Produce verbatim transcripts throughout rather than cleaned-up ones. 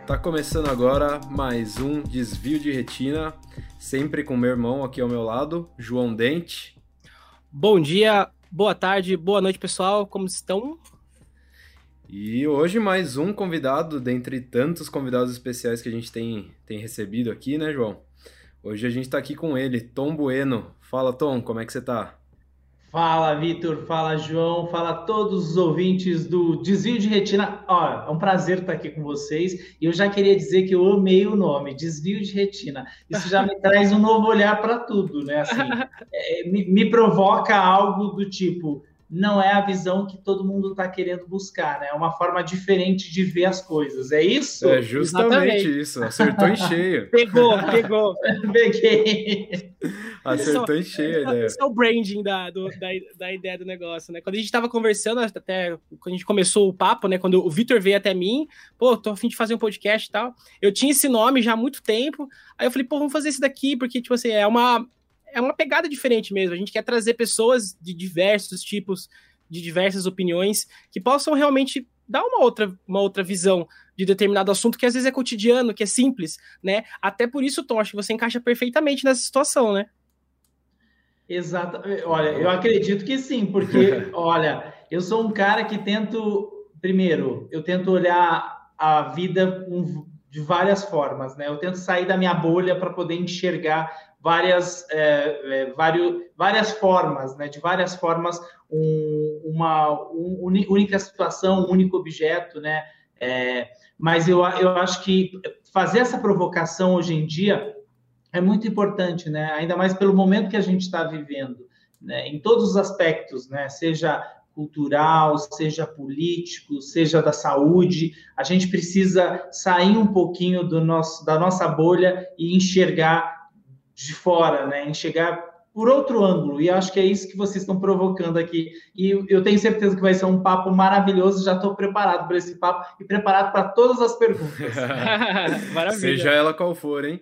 Tá começando agora mais um Desvio de Retina, sempre com meu irmão aqui ao meu lado, João Dente. Bom dia, boa tarde, boa noite, pessoal, como estão? E hoje mais um convidado, dentre tantos convidados especiais que a gente tem, tem recebido aqui, né, João? Hoje a gente tá aqui com ele, Tom Bueno. Fala, Tom, como é que você tá? Fala, Vitor, fala, João, fala a todos os ouvintes do Desvio de Retina. Ó, é um prazer estar aqui com vocês e eu já queria dizer que eu amei o nome, Desvio de Retina. Isso já me traz um novo olhar para tudo, né? Assim, é, me, me provoca algo do tipo, não é a visão que todo mundo está querendo buscar, né? É uma forma diferente de ver as coisas, é isso? É justamente Exatamente. isso, acertou em cheio. Pegou, pegou. Peguei. Acertou em cheio a ideia. Esse é o branding da, do, da, da ideia do negócio, né? Quando a gente tava conversando, até quando a gente começou o papo, né? Quando o Vitor veio até mim, pô, tô a fim de fazer um podcast e tal. Eu tinha esse nome já há muito tempo. Aí eu falei, pô, vamos fazer esse daqui, porque, tipo assim, é uma, é uma pegada diferente mesmo. A gente quer trazer pessoas de diversos tipos, de diversas opiniões, que possam realmente dar uma outra, uma outra visão de determinado assunto que às vezes é cotidiano, que é simples, né? Até por isso, Tom, acho que você encaixa perfeitamente nessa situação, né? Exato. Olha, eu acredito que sim, porque, olha, eu sou um cara que tento, primeiro, eu tento olhar a vida de várias formas, né? Eu tento sair da minha bolha para poder enxergar várias, é, é, vários, várias formas, né? De várias formas, um, uma um, única situação, um único objeto, né? É, mas eu, eu acho que fazer essa provocação hoje em dia é muito importante, né? Ainda mais pelo momento que a gente está vivendo, né? Em todos os aspectos, né? Seja cultural, seja político, seja da saúde, a gente precisa sair um pouquinho do nosso, da nossa bolha e enxergar de fora, né? Enxergar por outro ângulo, e acho que é isso que vocês estão provocando aqui, e eu tenho certeza que vai ser um papo maravilhoso, já estou preparado para esse papo e preparado para todas as perguntas. Maravilha. Seja ela qual for, hein?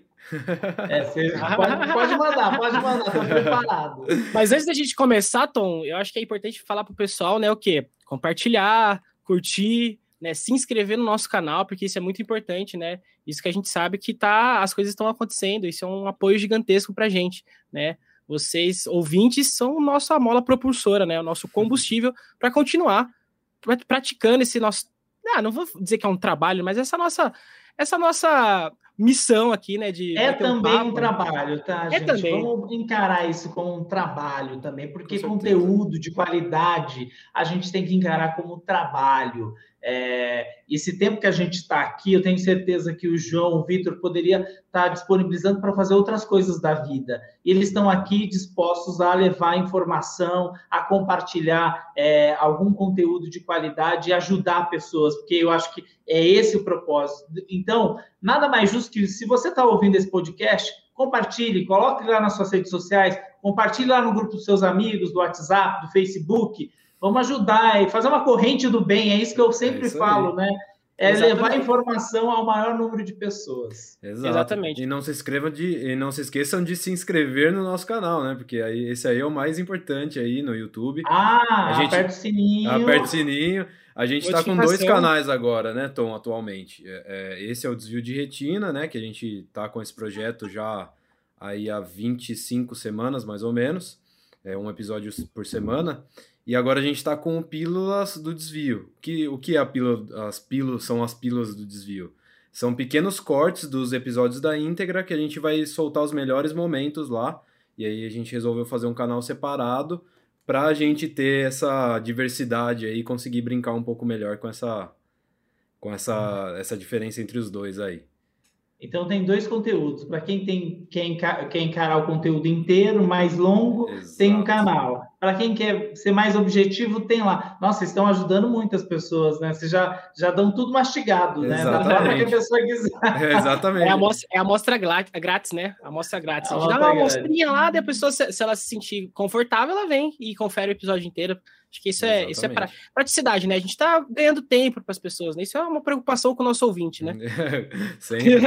É, você pode, pode mandar, pode mandar, estou preparado. Mas antes da gente começar, Tom, eu acho que é importante falar pro pessoal, né, o quê? Compartilhar, curtir, né, se inscrever no nosso canal, porque isso é muito importante, né? Isso que a gente sabe que tá, as coisas estão acontecendo, isso é um apoio gigantesco pra gente, né? Vocês, ouvintes, são a nossa mola propulsora, né? O nosso combustível para continuar praticando esse nosso... Ah, não vou dizer que é um trabalho, mas essa nossa, essa nossa missão aqui, né? De é também um, um trabalho, tá, é gente? Também. Vamos encarar isso como um trabalho também, porque conteúdo de qualidade a gente tem que encarar como trabalho. É, esse tempo que a gente está aqui, eu tenho certeza que o João, o Vitor, poderia estar disponibilizando para fazer outras coisas da vida. Eles estão aqui dispostos a levar informação, a compartilhar é, algum conteúdo de qualidade e ajudar pessoas, porque eu acho que é esse o propósito. Então, nada mais justo que, se você está ouvindo esse podcast, compartilhe, coloque lá nas suas redes sociais, compartilhe lá no grupo dos seus amigos, do WhatsApp, do Facebook. Vamos ajudar e fazer uma corrente do bem, é isso que eu sempre é falo, né? É Exatamente. Levar informação ao maior número de pessoas. Exato. Exatamente. E não se inscrevam de, e não se esqueçam de se inscrever no nosso canal, né? Porque aí, esse aí é o mais importante aí no YouTube. Ah, a gente, aperta o sininho. Aperta o sininho. A gente está com dois canais agora, né, Tom, atualmente. É, esse é o Desvio de Retina, né? Que a gente está com esse projeto já aí há vinte e cinco semanas, mais ou menos. É um episódio por semana. E agora a gente está com Pílulas do Desvio. Que, o que é a pílula, as pílulas, são as Pílulas do Desvio? São pequenos cortes dos episódios da íntegra que a gente vai soltar os melhores momentos lá. E aí a gente resolveu fazer um canal separado para a gente ter essa diversidade aí e conseguir brincar um pouco melhor com essa, com essa, essa diferença entre os dois aí. Então tem dois conteúdos. Para quem tem, quer, encar, quer encarar o conteúdo inteiro, mais longo, Exato. Tem um canal. Para quem quer ser mais objetivo, tem lá. Nossa, vocês estão ajudando muitas pessoas, né? Vocês já, já dão tudo mastigado, né? Da forma que a pessoa quiser. É, exatamente. É a amostra, é a amostra grátis, né? A amostra grátis. A, a gente dá uma amostrinha lá, daí a pessoa, se, se ela se sentir confortável, ela vem e confere o episódio inteiro. Acho que isso é, isso é pra, praticidade, né? A gente tá ganhando tempo para as pessoas, né? Isso é uma preocupação com o nosso ouvinte, né? Sempre.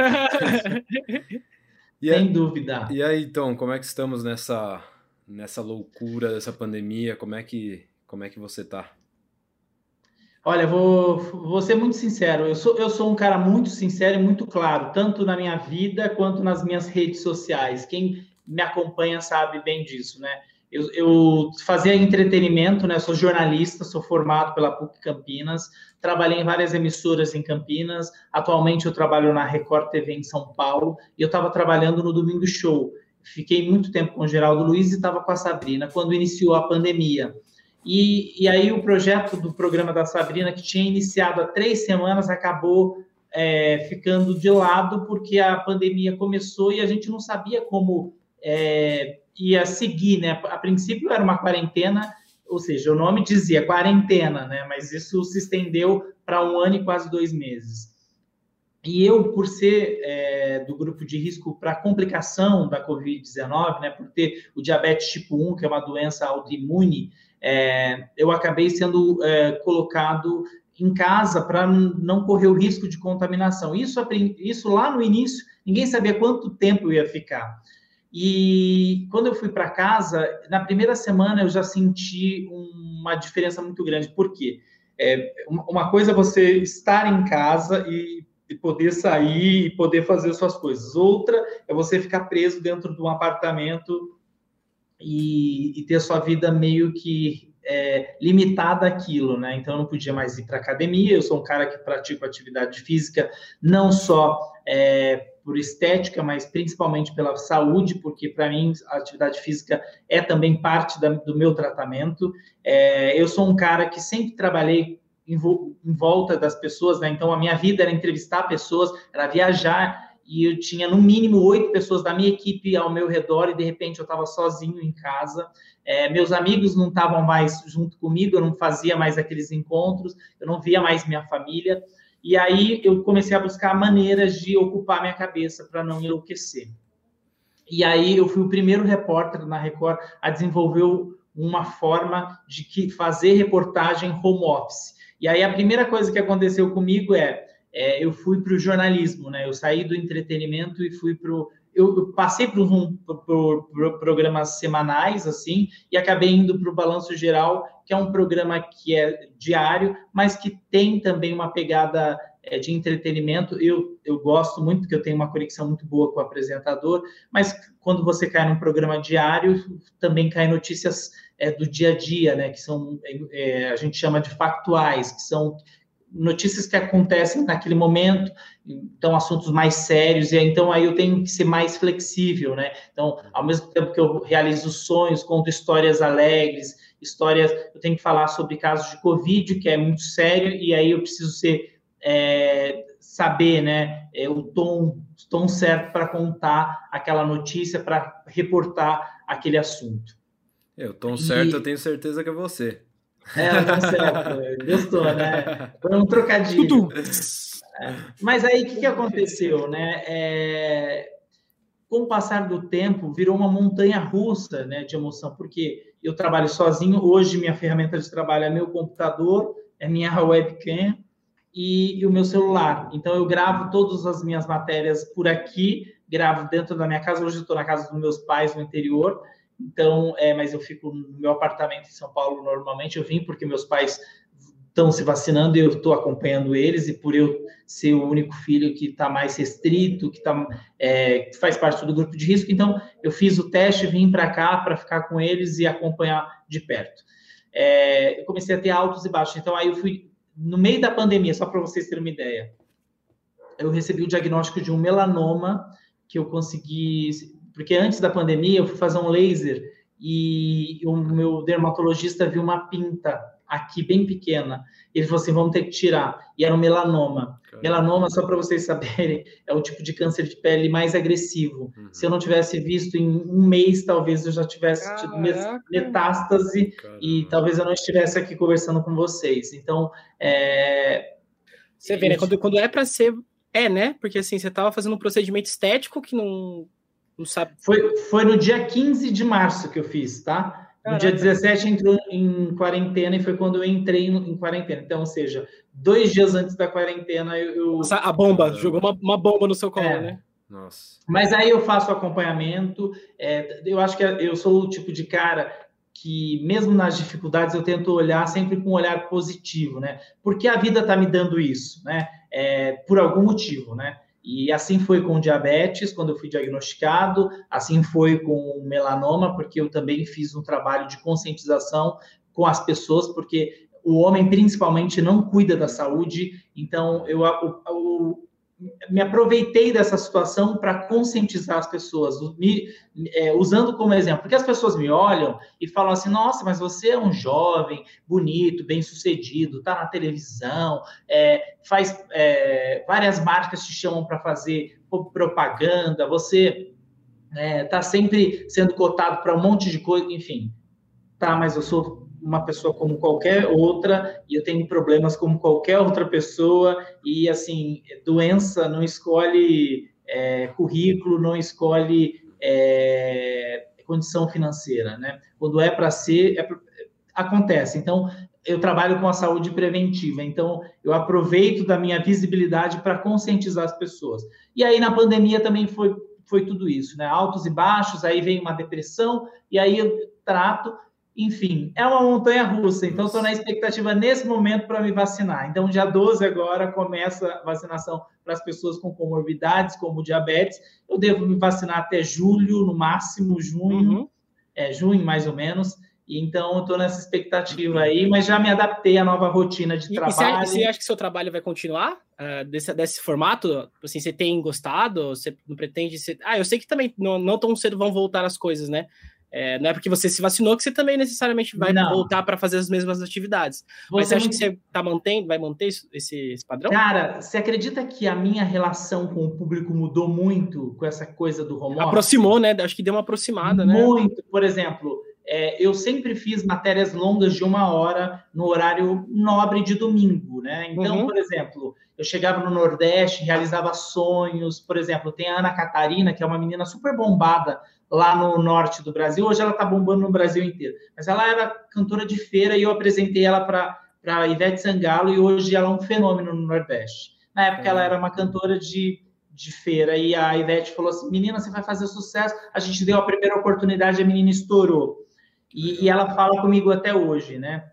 e Sem a, dúvida. E aí, Tom, como é que estamos nessa, nessa loucura dessa pandemia? Como é que, como é que você tá? Olha, vou, vou ser muito sincero. Eu sou, eu sou um cara muito sincero e muito claro, tanto na minha vida quanto nas minhas redes sociais. Quem me acompanha sabe bem disso, né? Eu, eu fazia entretenimento, né? Sou jornalista, sou formado pela P U C Campinas, trabalhei em várias emissoras em Campinas. Atualmente eu trabalho na Record T V em São Paulo e eu estava trabalhando no Domingo Show. Fiquei muito tempo com o Geraldo Luiz e estava com a Sabrina quando iniciou a pandemia. E, e aí o projeto do programa da Sabrina, que tinha iniciado há três semanas, acabou é, ficando de lado porque a pandemia começou e a gente não sabia como é, ia seguir, né? A princípio era uma quarentena, ou seja, o nome dizia quarentena, né? Mas isso se estendeu para um ano e quase dois meses. E eu, por ser é, do grupo de risco para complicação da covid dezenove, né, por ter o diabetes tipo um, que é uma doença autoimune, é, eu acabei sendo é, colocado em casa para não correr o risco de contaminação. Isso, isso lá no início, ninguém sabia quanto tempo eu ia ficar. E quando eu fui para casa, na primeira semana eu já senti uma diferença muito grande. Por quê? É, uma coisa é você estar em casa e e poder sair e poder fazer suas coisas. Outra é você ficar preso dentro de um apartamento e, e ter sua vida meio que é, limitada àquilo, né? Então, eu não podia mais ir para academia. Eu sou um cara que pratico atividade física não só é, por estética, mas principalmente pela saúde, porque, para mim, a atividade física é também parte da, do meu tratamento. É, eu sou um cara que sempre trabalhei em volta das pessoas, né? Então a minha vida era entrevistar pessoas, era viajar, e eu tinha no mínimo oito pessoas da minha equipe ao meu redor e de repente eu estava sozinho em casa. É, meus amigos não estavam mais junto comigo, eu não fazia mais aqueles encontros, eu não via mais minha família, e aí eu comecei a buscar maneiras de ocupar minha cabeça para não enlouquecer. E aí eu fui o primeiro repórter na Record a desenvolver uma forma de que fazer reportagem home office. E aí a primeira coisa que aconteceu comigo é, é eu fui para o jornalismo, né? Eu saí do entretenimento e fui para o... Eu, eu passei por, um, por, por, por programas semanais, assim, e acabei indo para o Balanço Geral, que é um programa que é diário, mas que tem também uma pegada é, de entretenimento. Eu, eu gosto muito, porque eu tenho uma conexão muito boa com o apresentador, mas quando você cai num programa diário, também cai notícias é, do dia a dia, né, que são, é, a gente chama de factuais, que são notícias que acontecem naquele momento, então assuntos mais sérios, e então aí eu tenho que ser mais flexível, né? Então, ao mesmo tempo que eu realizo sonhos, conto histórias alegres, histórias, eu tenho que falar sobre casos de Covid, que é muito sério, e aí eu preciso ser, é, saber, né, é, o tom, o tom certo para contar aquela notícia, para reportar aquele assunto. É, o tom e... certo eu tenho certeza que é você. É, o tom certo. Gostou, né? Foi um trocadilho. É. Mas aí, o que, que aconteceu, né? É... Com o passar do tempo, virou uma montanha russa, né, de emoção, porque eu trabalho sozinho. Hoje, minha ferramenta de trabalho é meu computador, é minha webcam e, e o meu celular. Então, eu gravo todas as minhas matérias por aqui, gravo dentro da minha casa. Hoje, eu estou na casa dos meus pais, no interior. Então, é, mas eu fico no meu apartamento em São Paulo normalmente. Eu vim porque meus pais estão se vacinando e eu estou acompanhando eles, e por eu ser o único filho que está mais restrito, que, tá, é, que faz parte do grupo de risco, então eu fiz o teste, vim para cá para ficar com eles e acompanhar de perto. É, eu comecei a ter altos e baixos, então aí eu fui, no meio da pandemia, só para vocês terem uma ideia, eu recebi o diagnóstico de um melanoma, que eu consegui... Porque antes da pandemia eu fui fazer um laser e o meu dermatologista viu uma pinta aqui bem pequena. Ele falou assim, vamos ter que tirar. E era um melanoma. Caramba. Melanoma, só para vocês saberem, é o tipo de câncer de pele mais agressivo. Uhum. Se eu não tivesse visto em um mês, talvez eu já tivesse tido metástase. Caramba. E talvez eu não estivesse aqui conversando com vocês. Então, é... Você vê, né? Quando, quando é para ser, é, né? Porque assim, você estava fazendo um procedimento estético que não... Não sabe. Foi, foi no dia quinze de março que eu fiz, tá? No Caraca. Dia dezessete entrou em quarentena e foi quando eu entrei em quarentena. Então, ou seja, dois dias antes da quarentena eu... eu... Nossa, a bomba, Caramba. Jogou uma, uma bomba no seu colo, é. Né? Nossa. Mas aí eu faço acompanhamento, é, eu acho que eu sou o tipo de cara que mesmo nas dificuldades eu tento olhar sempre com um olhar positivo, né? Porque a vida está me dando isso, né? É, por algum motivo, né? E assim foi com diabetes, quando eu fui diagnosticado, assim foi com melanoma, porque eu também fiz um trabalho de conscientização com as pessoas, porque o homem principalmente não cuida da saúde, então eu, eu, eu me aproveitei dessa situação para conscientizar as pessoas, me, é, usando como exemplo, porque as pessoas me olham e falam assim, nossa, mas você é um jovem, bonito, bem-sucedido, está na televisão, é, faz é, várias marcas te chamam para fazer propaganda, você está é, sempre sendo cotado para um monte de coisa, enfim, tá, mas eu sou uma pessoa como qualquer outra, e eu tenho problemas como qualquer outra pessoa, e, assim, doença não escolhe é, currículo, não escolhe é, condição financeira, né? Quando é para ser, é pra... acontece. Então, eu trabalho com a saúde preventiva, então eu aproveito da minha visibilidade para conscientizar as pessoas. E aí, na pandemia, também foi, foi tudo isso, né? Altos e baixos, aí vem uma depressão, e aí eu trato. Enfim, é uma montanha-russa, então estou na expectativa nesse momento para me vacinar. Então, dia doze agora começa a vacinação para as pessoas com comorbidades, como diabetes. Eu devo me vacinar até julho, no máximo junho, uhum. é, junho mais ou menos. E então, eu estou nessa expectativa aí, mas já me adaptei à nova rotina de e, trabalho. E você acha que seu trabalho vai continuar uh, desse, desse formato? Assim, você tem gostado? Você não pretende ser... Ah, eu sei que também não, não tão cedo vão voltar as coisas, né? É, não é porque você se vacinou que você também necessariamente vai não. voltar para fazer as mesmas atividades. Você Mas você acha muito... que você tá mantendo, vai manter esse, esse padrão? Cara, você acredita que a minha relação com o público mudou muito com essa coisa do home office? Aproximou, né? Acho que deu uma aproximada, muito. né? Muito. Por exemplo, é, eu sempre fiz matérias longas de uma hora no horário nobre de domingo, né? Então, uhum. por exemplo, eu chegava no Nordeste, realizava sonhos. Por exemplo, tem a Ana Catarina, que é uma menina super bombada lá no norte do Brasil. Hoje ela está bombando no Brasil inteiro. Mas ela era cantora de feira e eu apresentei ela para a Ivete Sangalo e hoje ela é um fenômeno no Nordeste. Na época, é. ela era uma cantora de, de feira e a Ivete falou assim, menina, você vai fazer sucesso. A gente deu a primeira oportunidade, a menina estourou. E, e ela fala comigo até hoje, né?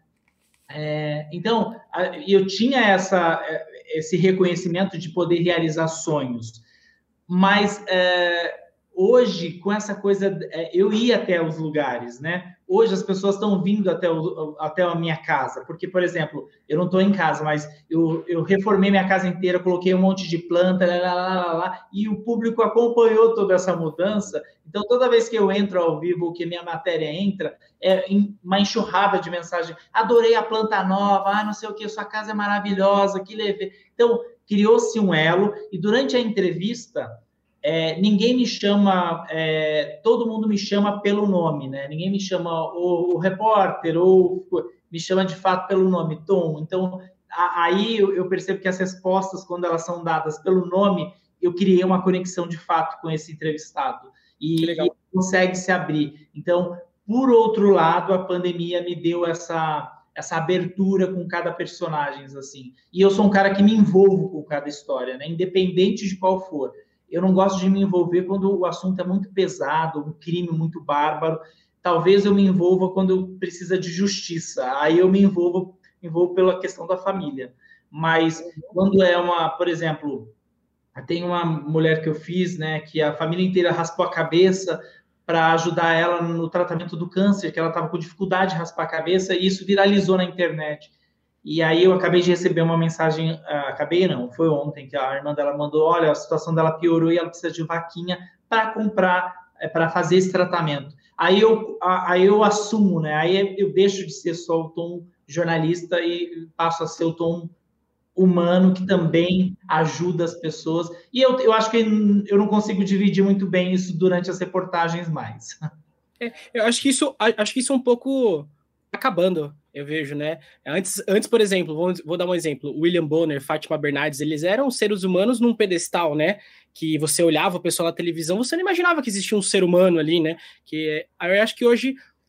É, então, eu tinha essa, esse reconhecimento de poder realizar sonhos. Mas... É, hoje, com essa coisa, eu ia até os lugares, né? Hoje as pessoas estão vindo até, o, até a minha casa, porque, por exemplo, eu não estou em casa, mas eu, eu reformei minha casa inteira, coloquei um monte de planta, lá, lá, lá, lá, e o público acompanhou toda essa mudança. Então, toda vez que eu entro ao vivo, que minha matéria entra, é uma enxurrada de mensagem. Adorei a planta nova, ah, não sei o que, sua casa é maravilhosa, que leve. Então, criou-se um elo, e durante a entrevista... É, ninguém me chama, é, todo mundo me chama pelo nome, né? Ninguém me chama o, o repórter, ou me chama de fato pelo nome, Tom. Então, a, aí eu, eu percebo que as respostas, quando elas são dadas pelo nome, eu criei uma conexão de fato com esse entrevistado. E, e consegue se abrir. Então, por outro lado, a pandemia me deu essa, essa abertura com cada personagem, assim. E eu sou um cara que me envolvo com cada história, né? Independente de qual for. Eu não gosto de me envolver quando o assunto é muito pesado, um crime muito bárbaro. Talvez eu me envolva quando precisa de justiça. Aí eu me envolvo, me envolvo pela questão da família. Mas quando é uma, por exemplo, tem uma mulher que eu fiz, né, que a família inteira raspou a cabeça para ajudar ela no tratamento do câncer, que ela estava com dificuldade de raspar a cabeça, e isso viralizou na internet. E aí eu acabei de receber uma mensagem, uh, acabei não, foi ontem, que a irmã dela mandou, olha, a situação dela piorou e ela precisa de vaquinha para comprar, é, para fazer esse tratamento. Aí eu, a, aí eu assumo, né? Aí eu deixo de ser só o tom jornalista e passo a ser o tom humano, que também ajuda as pessoas. E eu, eu acho que eu não consigo dividir muito bem isso durante as reportagens mais. É, eu acho que isso, acho que isso é um pouco acabando, eu vejo, né? Antes, antes por exemplo, vou, vou dar um exemplo, William Bonner, Fátima Bernardes, eles eram seres humanos num pedestal, né? Que você olhava o pessoal na televisão, você não imaginava que existia um ser humano ali, né? Que eu acho que hoje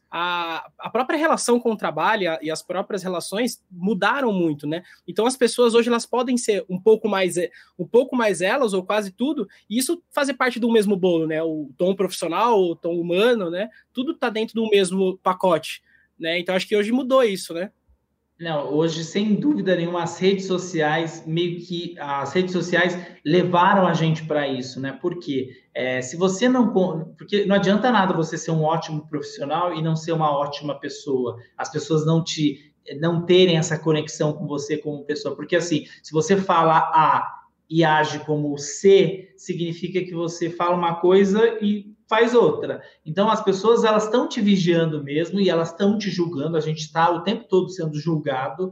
a, a própria relação com o trabalho e as próprias relações mudaram muito, né? Então as pessoas hoje elas podem ser um pouco mais um pouco mais elas ou quase tudo, e isso fazer parte do mesmo bolo, né? O tom profissional, o tom humano, né? Tudo tá dentro do mesmo pacote, né? Então acho que hoje mudou isso, né? Não, hoje, sem dúvida nenhuma, as redes sociais, meio que as redes sociais levaram a gente para isso, né? Porque é, se você não. Porque não adianta nada você ser um ótimo profissional e não ser uma ótima pessoa. As pessoas não te não terem essa conexão com você como pessoa. Porque assim, se você fala A e age como C, significa que você fala uma coisa e faz outra. Então, as pessoas, elas estão te vigiando mesmo e elas estão te julgando. A gente está o tempo todo sendo julgado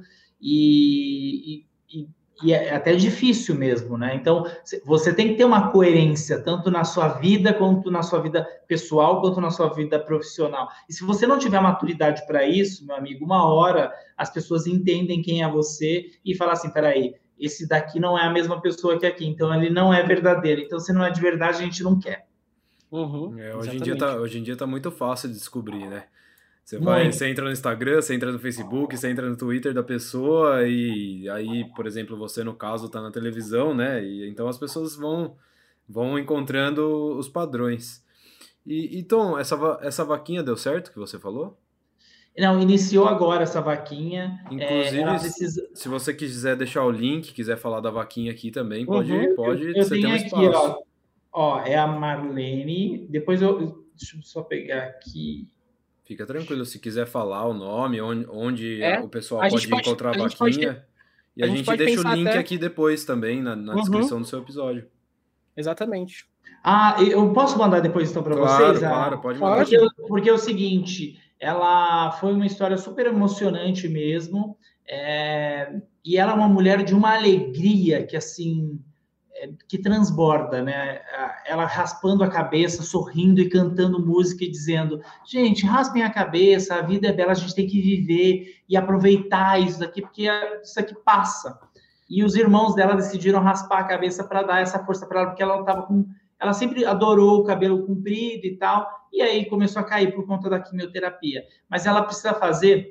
e, e, e é até difícil mesmo, né? Então, você tem que ter uma coerência, tanto na sua vida, quanto na sua vida pessoal, quanto na sua vida profissional. E se você não tiver maturidade para isso, meu amigo, uma hora as pessoas entendem quem é você e falam assim, peraí, esse daqui não é a mesma pessoa que aqui, então ele não é verdadeiro. Então, se não é de verdade, a gente não quer. Uhum, é, hoje, em dia tá, hoje em dia tá muito fácil de descobrir, né? Você, vai, você entra no Instagram, você entra no Facebook, você entra no Twitter da pessoa e aí, por exemplo, você no caso tá na televisão, né? E então as pessoas vão, vão encontrando os padrões. E, e Tom, essa, essa vaquinha deu certo que você falou? Não, iniciou agora essa vaquinha. Inclusive, é, precisa... se você quiser deixar o link, quiser falar da vaquinha aqui também, pode, uhum, pode eu, eu você tenho ter um aqui, espaço. Ó. Ó, é a Marlene. Depois eu. Deixa eu só pegar aqui. Fica tranquilo, se quiser falar o nome, onde, onde é, o pessoal a pode encontrar a, a vaquinha. Ter, e a, a gente, gente deixa o link até... aqui depois também, na, na uhum. descrição do seu episódio. Exatamente. Ah, eu posso mandar depois então para claro, vocês? Claro, ah, pode mandar. Porque, porque é o seguinte, ela foi uma história super emocionante mesmo. É, e ela é uma mulher de uma alegria que, assim, é, que transborda, né? Ela raspando a cabeça, sorrindo e cantando música e dizendo, gente, raspem a cabeça, a vida é bela, a gente tem que viver e aproveitar isso aqui, porque isso aqui passa. E os irmãos dela decidiram raspar a cabeça para dar essa força para ela, porque ela estava com... Ela sempre adorou o cabelo comprido e tal, e aí começou a cair por conta da quimioterapia. Mas ela precisa fazer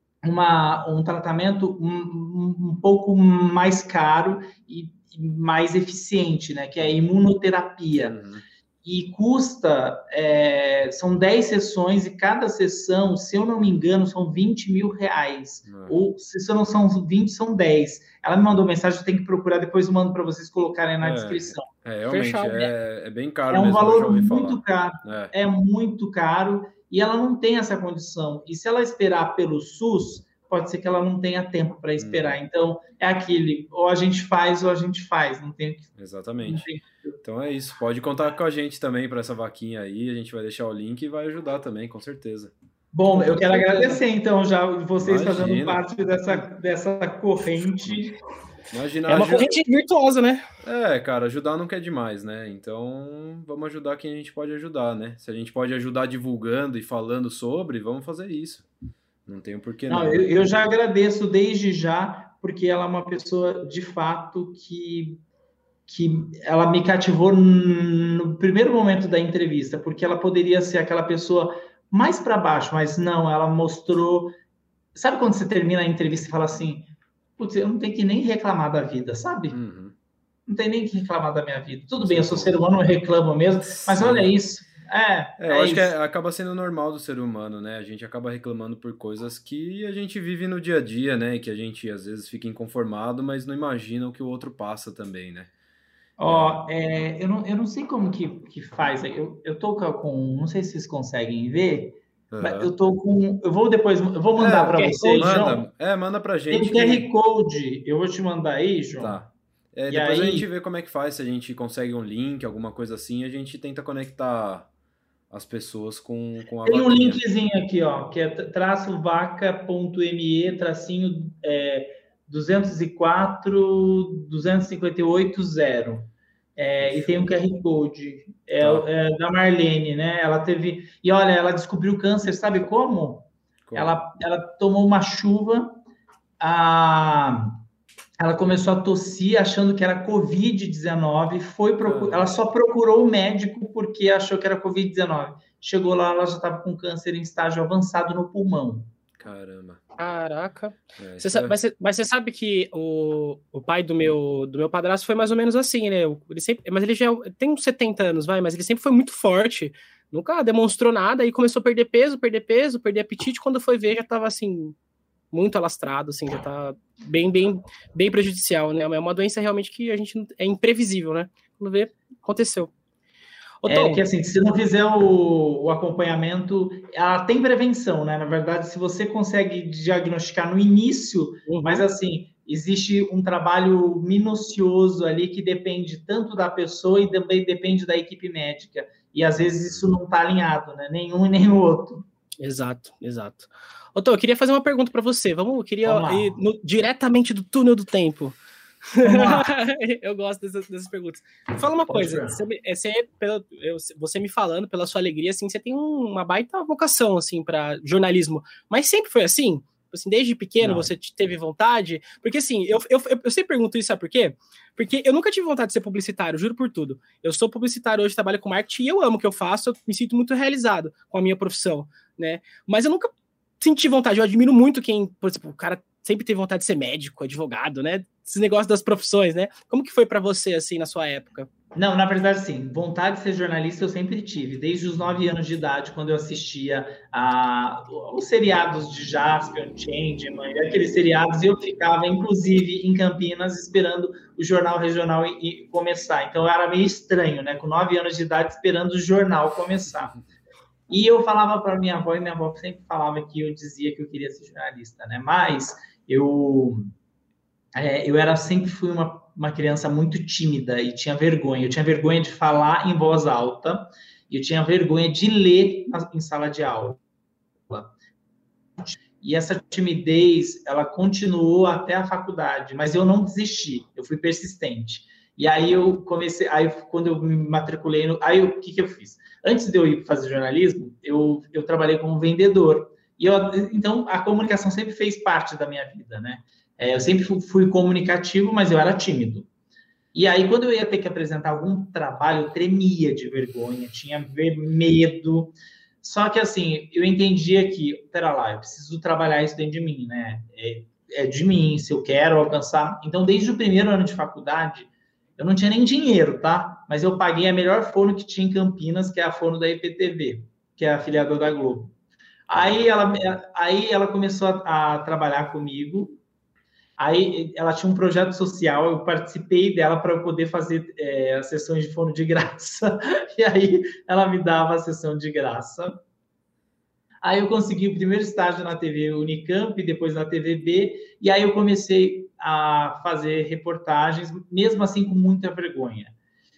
uma, um tratamento um, um, um pouco mais caro e, e mais eficiente, né? Que é a imunoterapia. Uhum. E custa, é, são dez sessões e cada sessão, se eu não me engano, são vinte mil reais. Uhum. Ou se não são vinte, são dez. Ela me mandou mensagem, eu tenho que procurar, depois eu mando para vocês colocarem na é, descrição. É, realmente, é, é bem caro É um mesmo, valor muito falar. caro, é. é muito caro, e ela não tem essa condição. E se ela esperar pelo SUS, pode ser que ela não tenha tempo para esperar. Hum. Então, é aquele, ou a gente faz ou a gente faz, não tem... Exatamente. Não tem... Então é isso, pode contar com a gente também para essa vaquinha aí, a gente vai deixar o link e vai ajudar também, com certeza. Bom, eu quero agradecer, então, já vocês Imagina. fazendo parte dessa, dessa corrente. Imagina, é uma ajuda... corrente virtuosa, né? É, cara, ajudar não quer demais, né? Então, vamos ajudar quem a gente pode ajudar, né? Se a gente pode ajudar divulgando e falando sobre, vamos fazer isso. Não tem por que não. Não, eu, eu já agradeço desde já, porque ela é uma pessoa, de fato, que... que ela me cativou no primeiro momento da entrevista, porque ela poderia ser aquela pessoa mais para baixo, mas não, ela mostrou... Sabe quando você termina a entrevista e fala assim, putz, eu não tenho que nem reclamar da vida, sabe? Uhum. Não tem nem que reclamar da minha vida. Tudo bem, eu sou ser humano, eu reclamo mesmo, mas olha isso. É, é, eu é acho isso. que é, acaba sendo normal do ser humano, né? A gente acaba reclamando por coisas que a gente vive no dia a dia, né? E que a gente, às vezes, fica inconformado, mas não imagina o que o outro passa também, né? Ó, é, eu, não, eu não sei como que, que faz. Eu, eu tô com. Não sei se vocês conseguem ver, uhum. mas eu tô com. Eu vou depois. Eu vou mandar é, para vocês, manda, João. É, manda pra gente. Tem Q R Code. Eu vou te mandar aí, João. Tá. É, depois aí... a gente vê como é que faz. Se a gente consegue um link, alguma coisa assim, a gente tenta conectar as pessoas com, com a Tem vaquinha. Um linkzinho aqui, ó, que é traço vaca.me, tracinho. É, duzentos e quatro, duzentos e cinquenta e oito, zero. É, e tem um Q R Code. É, tá. é da Marlene, né? Ela teve... E olha, ela descobriu câncer, sabe como? como? Ela, ela tomou uma chuva, a... ela começou a tossir achando que era covid dezenove, foi procu... ah. ela só procurou o médico porque achou que era covid dezenove. chegou lá, ela já estava com câncer em estágio avançado no pulmão. Caramba. Caraca. É, você sabe, mas, você, mas você sabe que o, o pai do meu, do meu padrasto foi mais ou menos assim, né? Ele sempre, mas ele já tem uns setenta anos, vai, mas ele sempre foi muito forte, nunca demonstrou nada, e começou a perder peso, perder peso, perder apetite, quando foi ver já tava assim, muito alastrado, assim, já tá bem, bem, bem prejudicial, né? É uma doença realmente que a gente é imprevisível, né? Quando vê, aconteceu. Ô, Tom, é que assim, se não fizer o, o acompanhamento, ela tem prevenção, né? Na verdade, se você consegue diagnosticar no início, uhum. mas assim, existe um trabalho minucioso ali que depende tanto da pessoa e também depende da equipe médica. E às vezes isso não está alinhado, né? Nenhum e nem o outro. Exato, exato. Ô, Tom, eu queria fazer uma pergunta para você. Vamos, eu queria ir no, diretamente do túnel do tempo. Eu gosto dessas, dessas perguntas. Fala uma Pode coisa, você, você, pelo, eu, você me falando pela sua alegria, assim, você tem uma baita vocação, assim, para jornalismo, mas sempre foi assim? Assim, desde pequeno Não. você teve vontade? Porque, assim, eu, eu, eu sempre pergunto isso, sabe por quê? Porque eu nunca tive vontade de ser publicitário, juro por tudo. Eu sou publicitário hoje, trabalho com marketing e eu amo o que eu faço, eu me sinto muito realizado com a minha profissão, né? Mas eu nunca senti vontade, eu admiro muito quem, por exemplo, o cara sempre teve vontade de ser médico, advogado, né? Esses negócios das profissões, né? Como que foi para você, assim, na sua época? Não, na verdade, sim. Vontade de ser jornalista eu sempre tive. Desde os nove anos de idade, quando eu assistia a, os seriados de Jasper, Changeman, aqueles seriados, eu ficava, inclusive, em Campinas, esperando o jornal regional e, e começar. Então, era meio estranho, né? Com nove anos de idade, esperando o jornal começar. E eu falava para minha avó, e minha avó sempre falava que eu dizia que eu queria ser jornalista, né? Mas eu... É, eu era, sempre fui uma, uma criança muito tímida e tinha vergonha. Eu tinha vergonha de falar em voz alta e eu tinha vergonha de ler na, em sala de aula. E essa timidez, ela continuou até a faculdade, mas eu não desisti, eu fui persistente. E aí eu comecei, aí quando eu me matriculei, no, aí o que, que eu fiz? Antes de eu ir fazer jornalismo, eu, eu trabalhei como vendedor. E eu, então, a comunicação sempre fez parte da minha vida, né? É, eu sempre fui comunicativo, mas eu era tímido. E aí, quando eu ia ter que apresentar algum trabalho, eu tremia de vergonha, tinha medo. Só que, assim, eu entendia que, pera lá, eu preciso trabalhar isso dentro de mim, né? É, é de mim, se eu quero alcançar. Então, desde o primeiro ano de faculdade, eu não tinha nem dinheiro, tá? Mas eu paguei a melhor fono que tinha em Campinas, que é a fono da I P T V, que é a afiliada da Globo. Aí ela, aí ela começou a, a trabalhar comigo. Aí ela tinha um projeto social, eu participei dela para eu poder fazer é, as sessões de fono de graça. E aí ela me dava a sessão de graça. Aí eu consegui o primeiro estágio na T V Unicamp, depois na T V B, e aí eu comecei a fazer reportagens, mesmo assim com muita vergonha.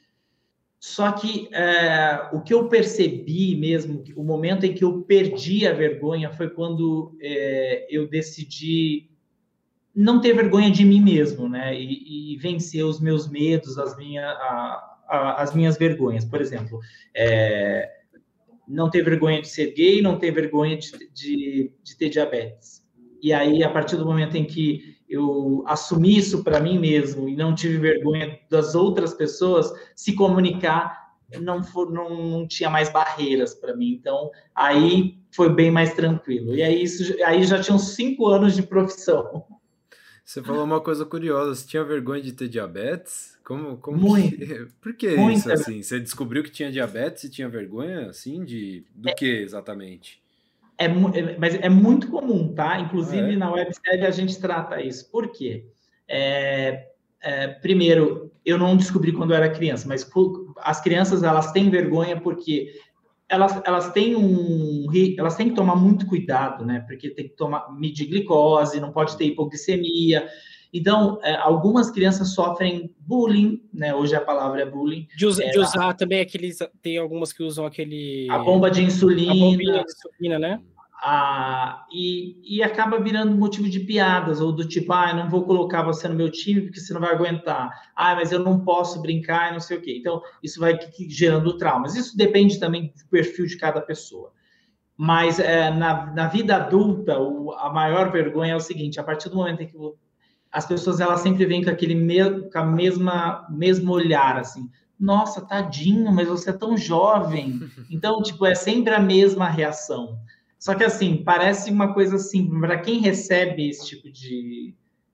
Só que é, o que eu percebi mesmo, o momento em que eu perdi a vergonha foi quando é, eu decidi não ter vergonha de mim mesmo, né? E, e vencer os meus medos, as, minha, a, a, as minhas vergonhas. Por exemplo, é, não ter vergonha de ser gay, não ter vergonha de, de, de ter diabetes. E aí, a partir do momento em que eu assumi isso para mim mesmo e não tive vergonha das outras pessoas, se comunicar não, for, não, não tinha mais barreiras para mim. Então, aí foi bem mais tranquilo. E aí, isso, aí já tinham cinco anos de profissão. Você falou uma coisa curiosa, você tinha vergonha de ter diabetes? Como, como Muito. Que... Por que Muito. isso, assim? Você descobriu que tinha diabetes e tinha vergonha, assim, de... do é, que exatamente? É, mas é muito comum, tá? Inclusive, ah, é? na websérie a gente trata isso. Por quê? É, é, primeiro, eu não descobri quando eu era criança, mas as crianças, elas têm vergonha porque... Elas, elas, têm um, elas têm que tomar muito cuidado, né? Porque tem que tomar, medir glicose, não pode ter hipoglicemia. Então, é, algumas crianças sofrem bullying, né? Hoje a palavra é bullying. De, us, é, de usar também aqueles... Tem algumas que usam aquele... A bomba de insulina. A bombinha de insulina, né? A, e, e acaba virando motivo de piadas, ou do tipo, ah, eu não vou colocar você no meu time porque você não vai aguentar. Ah, mas eu não posso brincar e não sei o quê. Então, isso vai gerando traumas. Isso depende também do perfil de cada pessoa. Mas é, na, na vida adulta, o, a maior vergonha é o seguinte, a partir do momento em que as pessoas elas sempre vêm com aquele me, com a mesma mesmo olhar, assim, nossa, tadinho, mas você é tão jovem. Então, tipo, é sempre a mesma reação. Só que, assim, parece uma coisa assim, para quem recebe esse tipo de,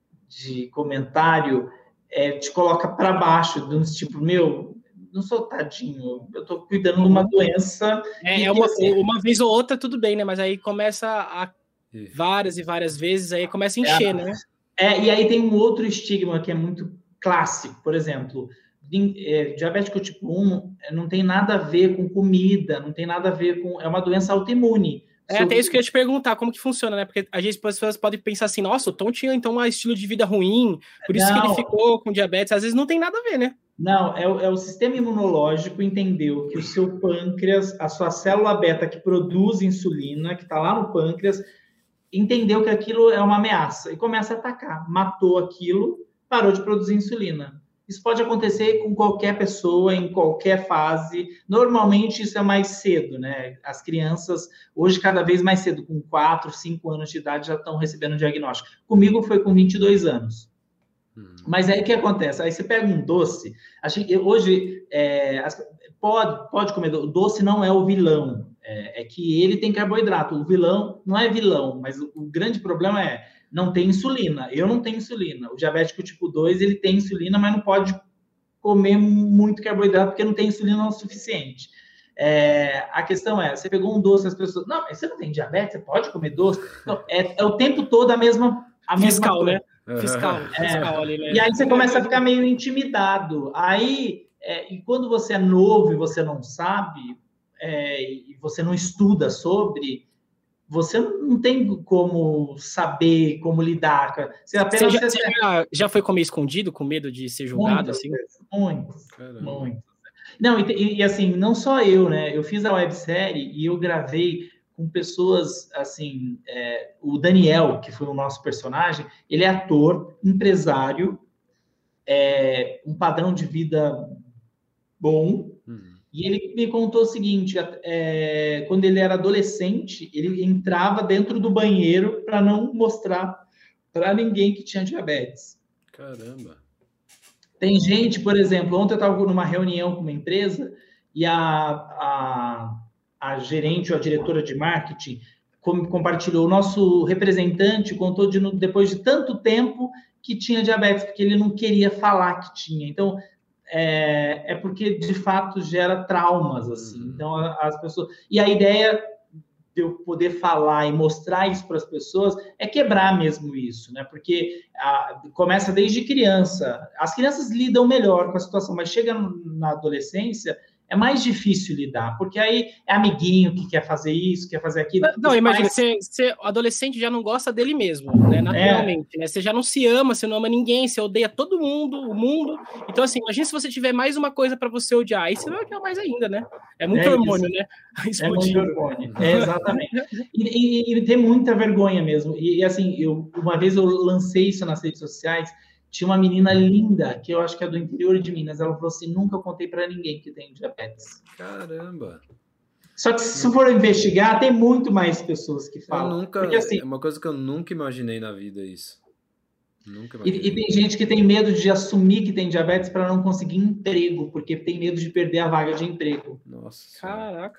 de comentário, é, te coloca para baixo, de um tipo, meu, não sou tadinho, eu estou cuidando de uma doença. É, é uma, assim, uma vez ou outra, tudo bem, né? Mas aí começa a várias e várias vezes, aí começa a encher, é, né? É, e aí tem um outro estigma que é muito clássico, por exemplo, é, diabético tipo um não tem nada a ver com comida, não tem nada a ver com... É uma doença autoimune. É até isso que eu ia te perguntar, como que funciona, né? Porque às vezes as pessoas podem pensar assim, nossa, o Tom tinha então um estilo de vida ruim, por isso não. que ele ficou com diabetes. Às vezes não tem nada a ver, né? Não, é o, é o sistema imunológico entendeu que o seu pâncreas, a sua célula beta que produz insulina, que está lá no pâncreas, entendeu que aquilo é uma ameaça e começa a atacar. Matou aquilo, parou de produzir insulina. Isso pode acontecer com qualquer pessoa, em qualquer fase. Normalmente, isso é mais cedo, né? As crianças, hoje, cada vez mais cedo, com quatro, cinco anos de idade, já estão recebendo o diagnóstico. Comigo foi com vinte e dois anos. Hum. Mas aí o que acontece? Aí você pega um doce. Hoje, é, pode, pode comer. O doce não é o vilão. É, é que ele tem carboidrato. O vilão não é vilão, mas o, o grande problema é não tem insulina. Eu não tenho insulina. O diabético tipo dois, ele tem insulina, mas não pode comer muito carboidrato porque não tem insulina o suficiente. É, a questão é, você pegou um doce, as pessoas... Não, mas você não tem diabetes, você pode comer doce? Não, é, é o tempo todo a mesma... A fiscal, mesma né? Fiscal. É, fiscal ali, né? E aí você começa a ficar meio intimidado. Aí, é, e quando você é novo e você não sabe... É, e você não estuda sobre, você não tem como saber como lidar. Você apenas você já, você já, já foi comer escondido com medo de ser julgado? Muitas assim? vezes, muitas, muitas. Não, e, e assim, não só eu, né? Eu fiz a websérie e eu gravei com pessoas, assim, é, o Daniel, que foi o nosso personagem, ele é ator, empresário, é, um padrão de vida bom, hum. E ele me contou o seguinte, é, quando ele era adolescente, ele entrava dentro do banheiro para não mostrar para ninguém que tinha diabetes. Caramba! Tem gente, por exemplo, ontem eu estava numa reunião com uma empresa e a, a, a gerente ou a diretora de marketing compartilhou, o nosso representante contou de, depois de tanto tempo que tinha diabetes, porque ele não queria falar que tinha. Então, É, é porque, de fato, gera traumas, assim. Então, as pessoas... E a ideia de eu poder falar e mostrar isso para as pessoas é quebrar mesmo isso, né? Porque a, começa desde criança. As crianças lidam melhor com a situação, mas chega na adolescência... É mais difícil lidar, porque aí é amiguinho que quer fazer isso, quer fazer aquilo. Não, imagina, pais... você, você, o adolescente já não gosta dele mesmo, né? Naturalmente, é. né? Você já não se ama, você não ama ninguém, você odeia todo mundo, o mundo. Então, assim, imagina se você tiver mais uma coisa para você odiar, aí você vai odiar mais ainda, né? É muito é hormônio, né? Explodindo. É muito hormônio, é, exatamente. E, e, e tem muita vergonha mesmo. E, e assim, eu, uma vez eu lancei isso nas redes sociais. Tinha uma menina linda, que eu acho que é do interior de Minas. Ela falou assim, nunca contei para ninguém que tem diabetes. Caramba! Só que se for investigar, tem muito mais pessoas que falam. Eu nunca, Porque, assim, é uma coisa que eu nunca imaginei na vida, isso. Nunca imaginei. E, e tem gente que tem medo de assumir que tem diabetes para não conseguir emprego, porque tem medo de perder a vaga de emprego. Nossa. Caraca!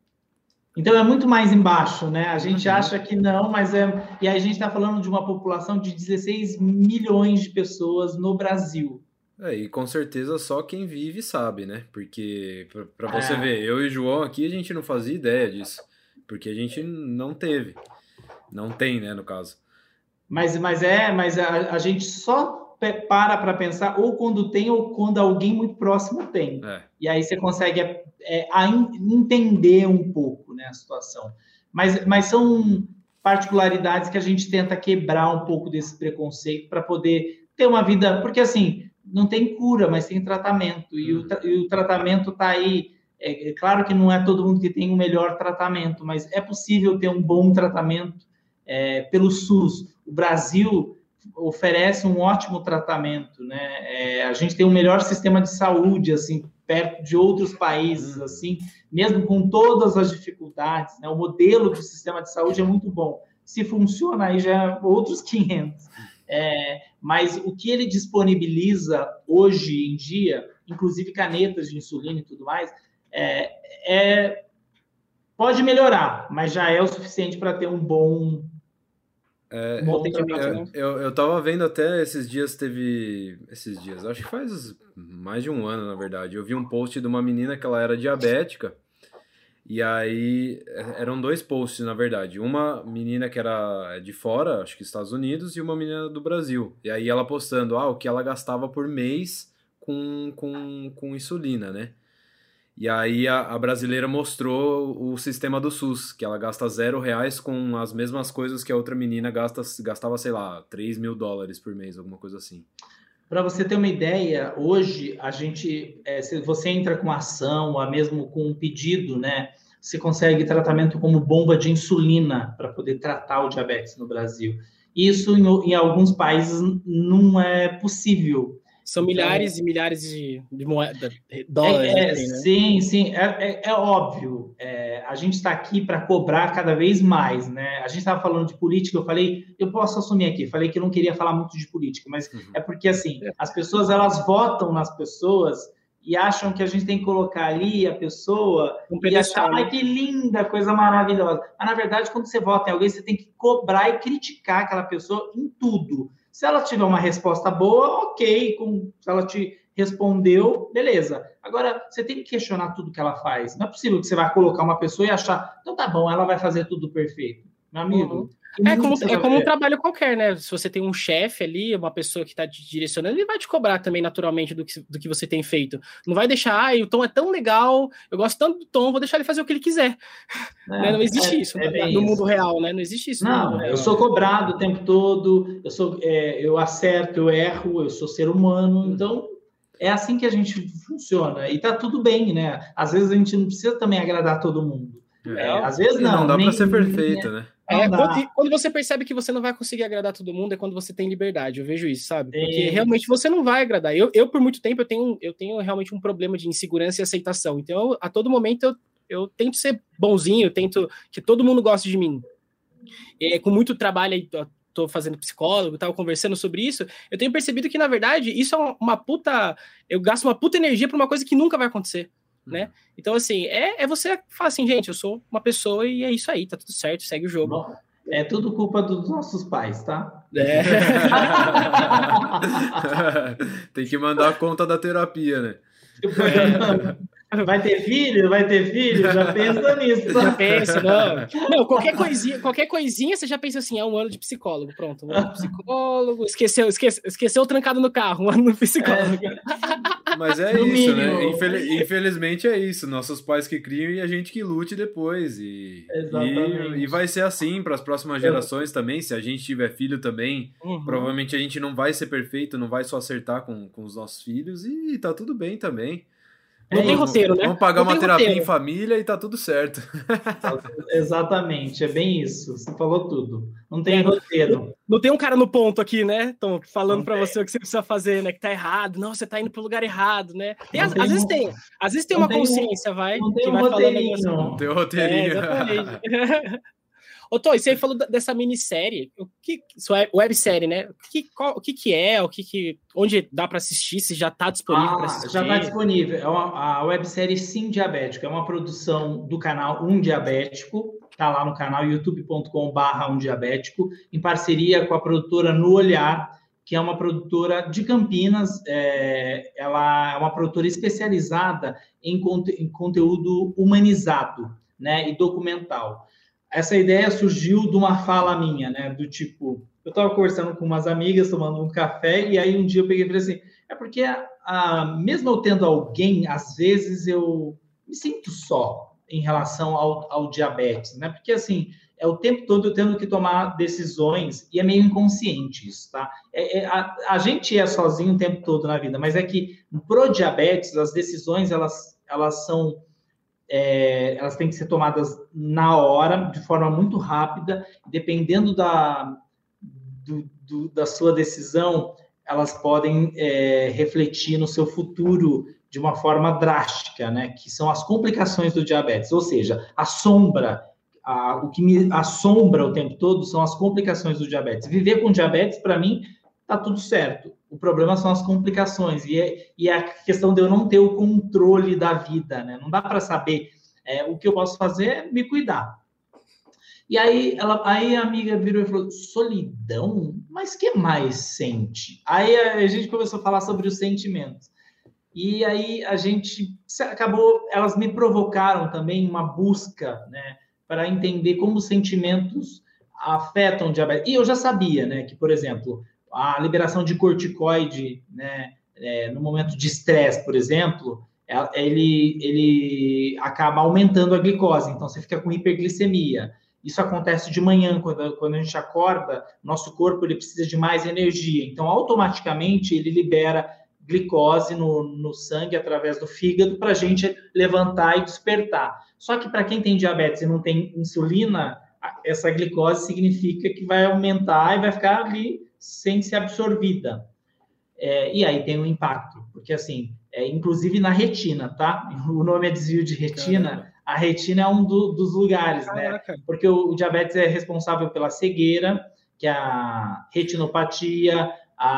Então, é muito mais embaixo, né? A gente uhum. acha que não, mas é... E aí a gente está falando de uma população de dezesseis milhões de pessoas no Brasil. É, e com certeza só quem vive sabe, né? Porque, para você é. ver, eu e o João aqui, a gente não fazia ideia disso. Porque a gente não teve. Não tem, né, no caso. Mas, mas é, mas a, a gente só para para pensar ou quando tem ou quando alguém muito próximo tem. É. E aí você consegue é, é, entender um pouco, né, a situação. Mas, mas são particularidades que a gente tenta quebrar um pouco desse preconceito para poder ter uma vida... Porque, assim, não tem cura, mas tem tratamento. E o, e o tratamento está aí... É, é claro que não é todo mundo que tem o melhor tratamento, mas é possível ter um bom tratamento é, pelo SUS. O Brasil oferece um ótimo tratamento, né? É, a gente tem o melhor sistema de saúde, assim, perto de outros países, assim, mesmo com todas as dificuldades, né? O modelo de sistema de saúde é muito bom. Se funciona, aí já é outros quinhentos. É, mas o que ele disponibiliza hoje em dia, inclusive canetas de insulina e tudo mais, é, é, pode melhorar, mas já é o suficiente para ter um bom... É, bom eu, eu, eu tava vendo até esses dias, teve... Esses dias, acho que faz mais de um ano, na verdade. Eu vi um post de uma menina que ela era diabética. E aí, eram dois posts, na verdade. Uma menina que era de fora, acho que Estados Unidos, e uma menina do Brasil. E aí ela postando, ah, o que ela gastava por mês com, com, com insulina, né? E aí a, a brasileira mostrou o sistema do SUS, que ela gasta zero reais com as mesmas coisas que a outra menina gasta, gastava, sei lá, três mil dólares por mês, alguma coisa assim. Para você ter uma ideia, hoje a gente, é, se você entra com ação, ou mesmo com um pedido, né? Você consegue tratamento como bomba de insulina para poder tratar o diabetes no Brasil. Isso em, em alguns países não é possível. São milhares então, e milhares de, de moedas, dólares. É, é, assim, né? Sim, sim, é, é, é óbvio. É, a gente está aqui para cobrar cada vez mais, né? A gente estava falando de política, eu falei, eu posso assumir aqui, falei que eu não queria falar muito de política, mas uhum. é porque, assim, as pessoas, elas votam nas pessoas e acham que a gente tem que colocar ali a pessoa um e achar, ai, que linda, coisa maravilhosa. Mas, na verdade, quando você vota em alguém, você tem que cobrar e criticar aquela pessoa em tudo. Se ela tiver uma resposta boa, ok. Com, se ela te respondeu, beleza. Agora, você tem que questionar tudo que ela faz. Não é possível que você vai colocar uma pessoa e achar, então tá bom, ela vai fazer tudo perfeito. Meu amigo... Uhum. É como, é como um trabalho qualquer, né? Se você tem um chefe ali, uma pessoa que está te direcionando, ele vai te cobrar também naturalmente do que, do que você tem feito. Não vai deixar, ah, o Tom é tão legal, eu gosto tanto do Tom, vou deixar ele fazer o que ele quiser. É, né? Não existe é, isso é no, no mundo real, né? Não existe isso. Não, eu sou cobrado o tempo todo, eu, sou, é, eu acerto, eu erro, eu sou ser humano, então é assim que a gente funciona. E tá tudo bem, né? Às vezes a gente não precisa também agradar todo mundo. É, é, às vezes não. Não dá nem, para ser perfeito, nem, né? É, quando, quando você percebe que você não vai conseguir agradar todo mundo, é quando você tem liberdade, eu vejo isso, sabe? Porque é. realmente você não vai agradar. Eu, eu, por muito tempo, eu tenho, eu tenho realmente um problema de insegurança e aceitação. Então, eu, a todo momento, eu, eu tento ser bonzinho, eu tento que todo mundo goste de mim. É, com muito trabalho aí, tô fazendo psicólogo, tava conversando sobre isso, eu tenho percebido que, na verdade, isso é uma, uma puta... Eu gasto uma puta energia pra uma coisa que nunca vai acontecer. Né? Então, assim, é, é você falar assim, gente, eu sou uma pessoa e é isso aí, tá tudo certo, segue o jogo. Bom, é tudo culpa dos nossos pais, tá? É. Tem que mandar a conta da terapia, né? É. Vai ter filho? Vai ter filho? Já pensa nisso. Já pensa, não. Não, qualquer coisinha, qualquer coisinha você já pensa assim, é um ano de psicólogo, pronto, um ano de psicólogo, esqueceu, esqueceu, esqueceu trancado no carro, um ano no psicólogo. É. Mas é no isso, mínimo. Né? Infel- infelizmente é isso, nossos pais que criam e a gente que lute depois. E, e, e vai ser assim para as próximas gerações também, se a gente tiver filho também, uhum. provavelmente a gente não vai ser perfeito, não vai só acertar com, com os nossos filhos e tá tudo bem também. Não é tem isso. roteiro, né? Vamos pagar não uma terapia roteiro. em família e tá tudo certo. Exatamente, é bem isso. Você falou tudo. Não tem é, roteiro. Não, não tem um cara no ponto aqui, né, Tom, falando para você o que você precisa fazer, né? Que tá errado. Não, você tá indo pro lugar errado, né? Tem, às, tem às um, vezes tem. Às vezes tem uma consciência, um, vai. Não tem que um vai roteirinho. falando não tem um roteirinho. É, exatamente. Ô, Tom, você falou dessa minissérie, o que, websérie, né? O que, qual, o que, que é? O que, que, onde dá para assistir? Se já está disponível ah, para assistir? Já está disponível. É uma, a websérie Sim Diabético. É uma produção do canal Um Diabético. Está lá no canal youtube ponto com barra Um Diabético, em parceria com a produtora No Olhar, que é uma produtora de Campinas. É, ela é uma produtora especializada em, conte, em conteúdo humanizado, né, e documental. Essa ideia surgiu de uma fala minha, né? Do tipo, eu estava conversando com umas amigas, tomando um café, e aí um dia eu peguei e falei assim, é porque, a, mesmo eu tendo alguém, às vezes eu me sinto só em relação ao, ao diabetes, né? Porque, assim, é o tempo todo eu tendo que tomar decisões, e é meio inconsciente isso, tá? É, é, a, a gente é sozinho o tempo todo na vida, mas é que pro diabetes, as decisões, elas, elas são... É, elas têm que ser tomadas na hora, de forma muito rápida, dependendo da, do, do, da sua decisão, elas podem é, refletir no seu futuro de uma forma drástica, né? Que são as complicações do diabetes, ou seja, a sombra, a, o que me assombra o tempo todo são as complicações do diabetes. Viver com diabetes, para mim, tá tudo certo. O problema são as complicações e é, e é a questão de eu não ter o controle da vida, né? Não dá para saber. É, o que eu posso fazer é me cuidar. E aí, ela, aí a amiga virou e falou, solidão? Mas que mais sente? Aí a gente começou a falar sobre os sentimentos. E aí a gente acabou, elas me provocaram também uma busca, né, para entender como os sentimentos afetam o diabetes. E eu já sabia, né, que, por exemplo, a liberação de corticoide, né, é, no momento de estresse, por exemplo, ele, ele acaba aumentando a glicose, então você fica com hiperglicemia. Isso acontece de manhã, quando, quando a gente acorda, nosso corpo ele precisa de mais energia, então automaticamente ele libera glicose no, no sangue através do fígado para a gente levantar e despertar. Só que para quem tem diabetes e não tem insulina, essa glicose significa que vai aumentar e vai ficar ali sem ser absorvida. É, e aí tem um impacto, porque assim, é, inclusive na retina, tá? O nome é desvio de retina. Caramba. A retina é um do, dos lugares, Caraca. né? Porque o, o diabetes é responsável pela cegueira, que é a retinopatia,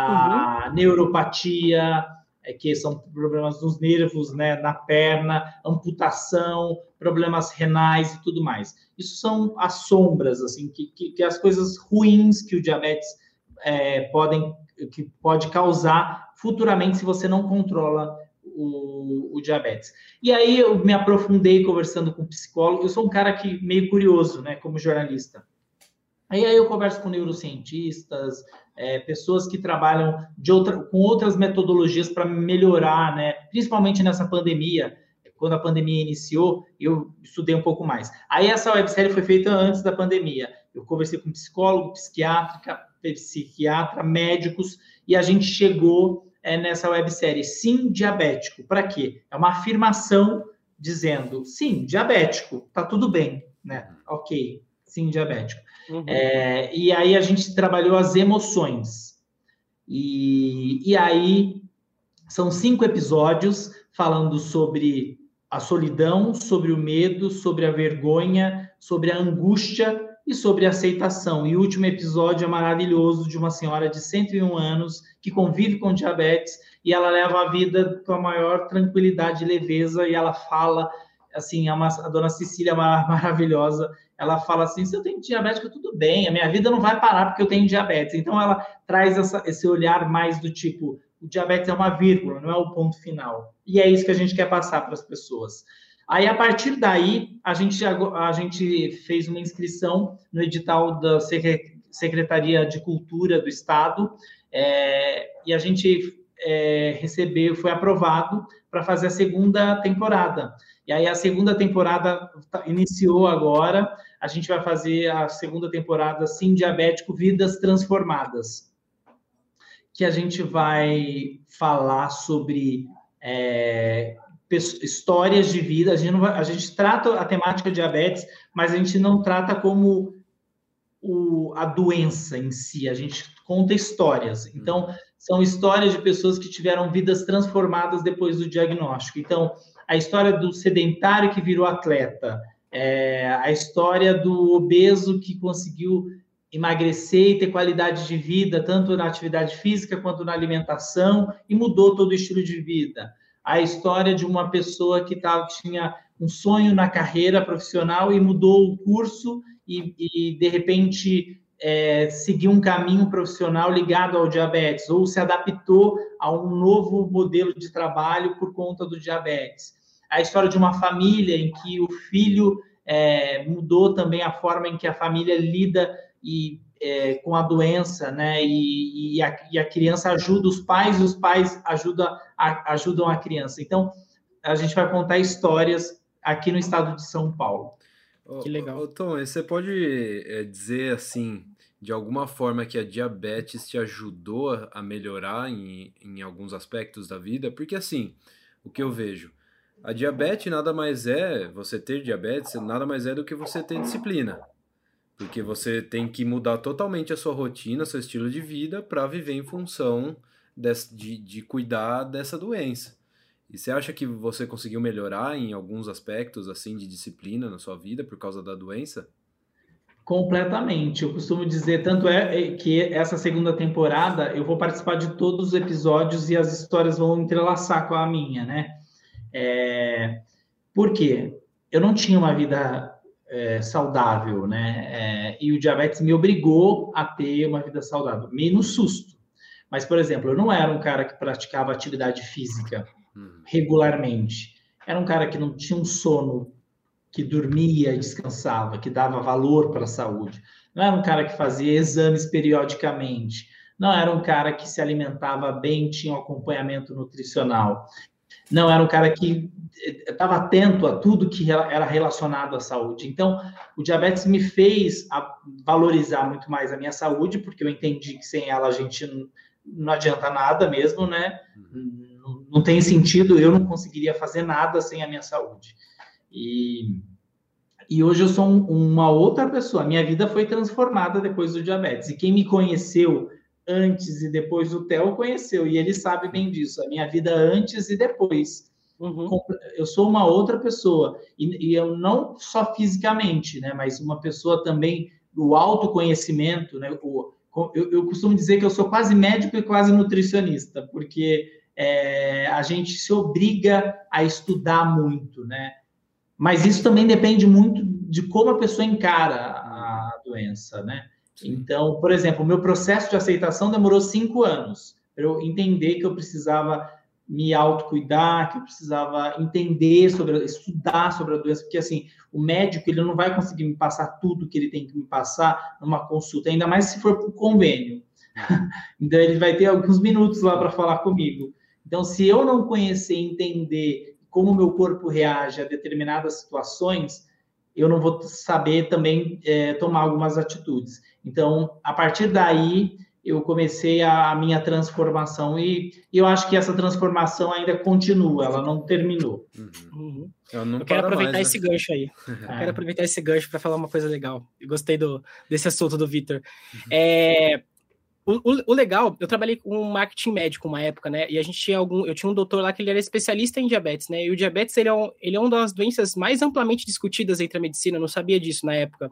a uhum. neuropatia, é, que são problemas nos nervos, né, na perna, amputação, problemas renais e tudo mais. Isso são as sombras, assim, que, que, que as coisas ruins que o diabetes é, podem, que pode causar futuramente se você não controla o, o diabetes. E aí eu me aprofundei conversando com um psicólogo. Eu sou um cara que meio curioso, né, como jornalista. Aí, aí eu converso com neurocientistas, é, pessoas que trabalham de outra, com outras metodologias para melhorar, né? Principalmente nessa pandemia. Quando a pandemia iniciou, eu estudei um pouco mais. Aí essa websérie foi feita antes da pandemia. Eu conversei com psicólogo, psiquiatra, psiquiatra, médicos, e a gente chegou é, nessa websérie. Sim, diabético. Para quê? É uma afirmação dizendo, sim, diabético, tá tudo bem, né? Ok, sim, diabético. Uhum. É, e aí a gente trabalhou as emoções. E, e aí são cinco episódios falando sobre a solidão, sobre o medo, sobre a vergonha, sobre a angústia e sobre a aceitação. E o último episódio é maravilhoso, de uma senhora de cento e um anos que convive com diabetes e ela leva a vida com a maior tranquilidade e leveza, e ela fala, assim, é uma, a dona Cecília é uma, maravilhosa, ela fala assim, se eu tenho diabetes, tudo bem, a minha vida não vai parar porque eu tenho diabetes. Então, ela traz essa, esse olhar mais do tipo, o diabetes é uma vírgula, não é o ponto final. E é isso que a gente quer passar para as pessoas. Aí, a partir daí, a gente, a gente fez uma inscrição no edital da Secretaria de Cultura do Estado, é, e a gente é, recebeu, foi aprovado para fazer a segunda temporada. E aí a segunda temporada iniciou agora, a gente vai fazer a segunda temporada Sim Diabético, Vidas Transformadas, que a gente vai falar sobre é, histórias de vida. A gente, não vai, a gente trata a temática diabetes, mas a gente não trata como o, a doença em si, a gente conta histórias. Então, são histórias de pessoas que tiveram vidas transformadas depois do diagnóstico. Então, a história do sedentário que virou atleta, é, a história do obeso que conseguiu emagrecer e ter qualidade de vida, tanto na atividade física quanto na alimentação, e mudou todo o estilo de vida. A história de uma pessoa que tava, tinha um sonho na carreira profissional e mudou o curso e, e de repente, é, seguiu um caminho profissional ligado ao diabetes, ou se adaptou a um novo modelo de trabalho por conta do diabetes. A história de uma família em que o filho é, mudou também a forma em que a família lida e, é, com a doença, né? E, e, a, e a criança ajuda os pais e os pais ajudam a, ajudam a criança. Então, a gente vai contar histórias aqui no estado de São Paulo. Que legal. Ô, Tom, você pode é, dizer assim, de alguma forma, que a diabetes te ajudou a melhorar em, em alguns aspectos da vida? Porque assim, o que eu vejo, a diabetes nada mais é, você ter diabetes nada mais é do que você ter disciplina. Porque você tem que mudar totalmente a sua rotina, seu estilo de vida para viver em função desse, de, de cuidar dessa doença. E você acha que você conseguiu melhorar em alguns aspectos assim de disciplina na sua vida por causa da doença? Completamente. Eu costumo dizer, tanto é que essa segunda temporada eu vou participar de todos os episódios e as histórias vão entrelaçar com a minha, né? É... Por quê? Eu não tinha uma vida é, saudável, né? É, e o diabetes me obrigou a ter uma vida saudável, meio no susto. Mas, por exemplo, eu não era um cara que praticava atividade física regularmente. Era um cara que não tinha um sono, que dormia e descansava, que dava valor para a saúde. Não era um cara que fazia exames periodicamente. Não era um cara que se alimentava bem, tinha um acompanhamento nutricional. Não era um cara que estava atento a tudo que era relacionado à saúde. Então, o diabetes me fez valorizar muito mais a minha saúde, porque eu entendi que sem ela a gente não, não adianta nada mesmo, né? Não, não tem sentido, eu não conseguiria fazer nada sem a minha saúde. E, e hoje eu sou um, uma outra pessoa. A minha vida foi transformada depois do diabetes. E quem me conheceu antes e depois do Theo conheceu. E ele sabe bem disso. A minha vida antes e depois. Uhum. Eu sou uma outra pessoa. E, e eu não só fisicamente, né? Mas uma pessoa também do autoconhecimento, né? O, eu, eu costumo dizer que eu sou quase médico e quase nutricionista. Porque é, a gente se obriga a estudar muito, né? Mas isso também depende muito de como a pessoa encara a doença, né? Sim. Então, por exemplo, o meu processo de aceitação demorou cinco anos para eu entender que eu precisava me autocuidar, que eu precisava entender sobre, estudar sobre a doença, porque assim, o médico ele não vai conseguir me passar tudo que ele tem que me passar numa consulta, ainda mais se for por convênio. Então, ele vai ter alguns minutos lá para falar comigo. Então, se eu não conhecer e entender como o meu corpo reage a determinadas situações, eu não vou saber também é, tomar algumas atitudes. Então, a partir daí, eu comecei a, a minha transformação e, e eu acho que essa transformação ainda continua, ela não terminou. Uhum. Eu, não eu quero aproveitar mais, esse né? gancho aí. Eu é. quero aproveitar esse gancho para falar uma coisa legal. Eu gostei do, desse assunto do Vitor. Uhum. É... O, o, o legal, eu trabalhei com marketing médico uma época, né, e a gente tinha algum, eu tinha um doutor lá que ele era especialista em diabetes, né, e o diabetes, ele é, um, ele é uma das doenças mais amplamente discutidas entre a medicina, eu não sabia disso na época,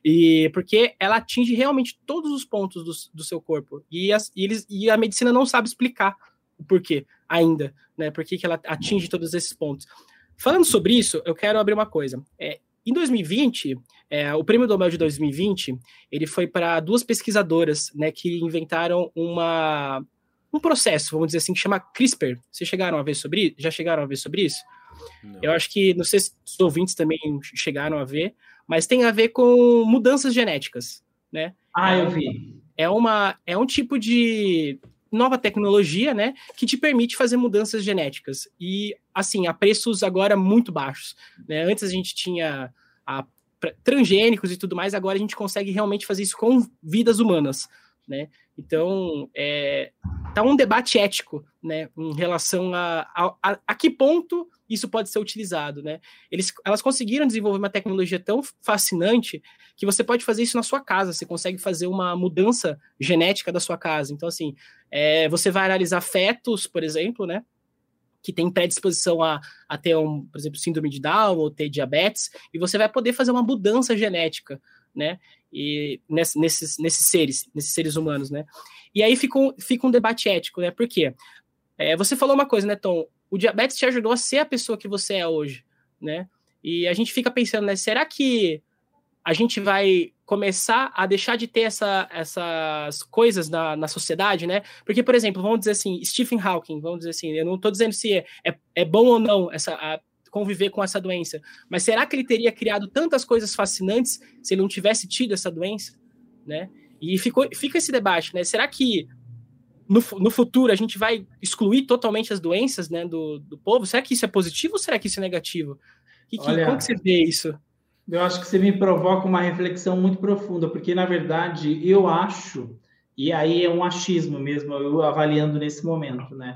e porque ela atinge realmente todos os pontos do, do seu corpo, e, as, e, eles, e a medicina não sabe explicar o porquê ainda, né, por que ela atinge todos esses pontos. Falando sobre isso, eu quero abrir uma coisa, é, em dois mil e vinte, é, o Prêmio Nobel de dois mil e vinte, ele foi para duas pesquisadoras, né, que inventaram uma, um processo, vamos dizer assim, que chama CRISPR. Vocês chegaram a ver sobre, já chegaram a ver sobre isso? Não. Eu acho que, não sei se os ouvintes também chegaram a ver, mas tem a ver com mudanças genéticas, né? Ah, eu vi. É, uma, é um tipo de nova tecnologia, né, que te permite fazer mudanças genéticas. E, assim, a preços agora muito baixos, né? Antes a gente tinha a, transgênicos e tudo mais, agora a gente consegue realmente fazer isso com vidas humanas, né? Então, é, tá um debate ético, né, em relação a, a, a, a que ponto isso pode ser utilizado, né? Eles, elas conseguiram desenvolver uma tecnologia tão fascinante que você pode fazer isso na sua casa, você consegue fazer uma mudança genética da sua casa. Então, assim, é, você vai analisar fetos, por exemplo, né, que tem predisposição a, a ter, um, por exemplo, síndrome de Down ou ter diabetes, e você vai poder fazer uma mudança genética, né, e nesse, nesses, nesses seres, nesses seres humanos, né. E aí fica um, fica um debate ético, né, por quê? É, você falou uma coisa, né, Tom? O diabetes te ajudou a ser a pessoa que você é hoje, né? E a gente fica pensando, né, será que a gente vai começar a deixar de ter essa, essas coisas na, na sociedade, né? Porque, por exemplo, vamos dizer assim, Stephen Hawking, vamos dizer assim, eu não estou dizendo se é, é, é bom ou não essa, a, conviver com essa doença, mas será que ele teria criado tantas coisas fascinantes se ele não tivesse tido essa doença, né? E ficou, fica esse debate, né? Será que No, no futuro, a gente vai excluir totalmente as doenças, né, do, do povo? Será que isso é positivo ou será que isso é negativo? Que, que, Olha, como que você vê isso? Eu acho que você me provoca uma reflexão muito profunda, porque, na verdade, eu acho, e aí é um achismo mesmo, eu avaliando nesse momento, né?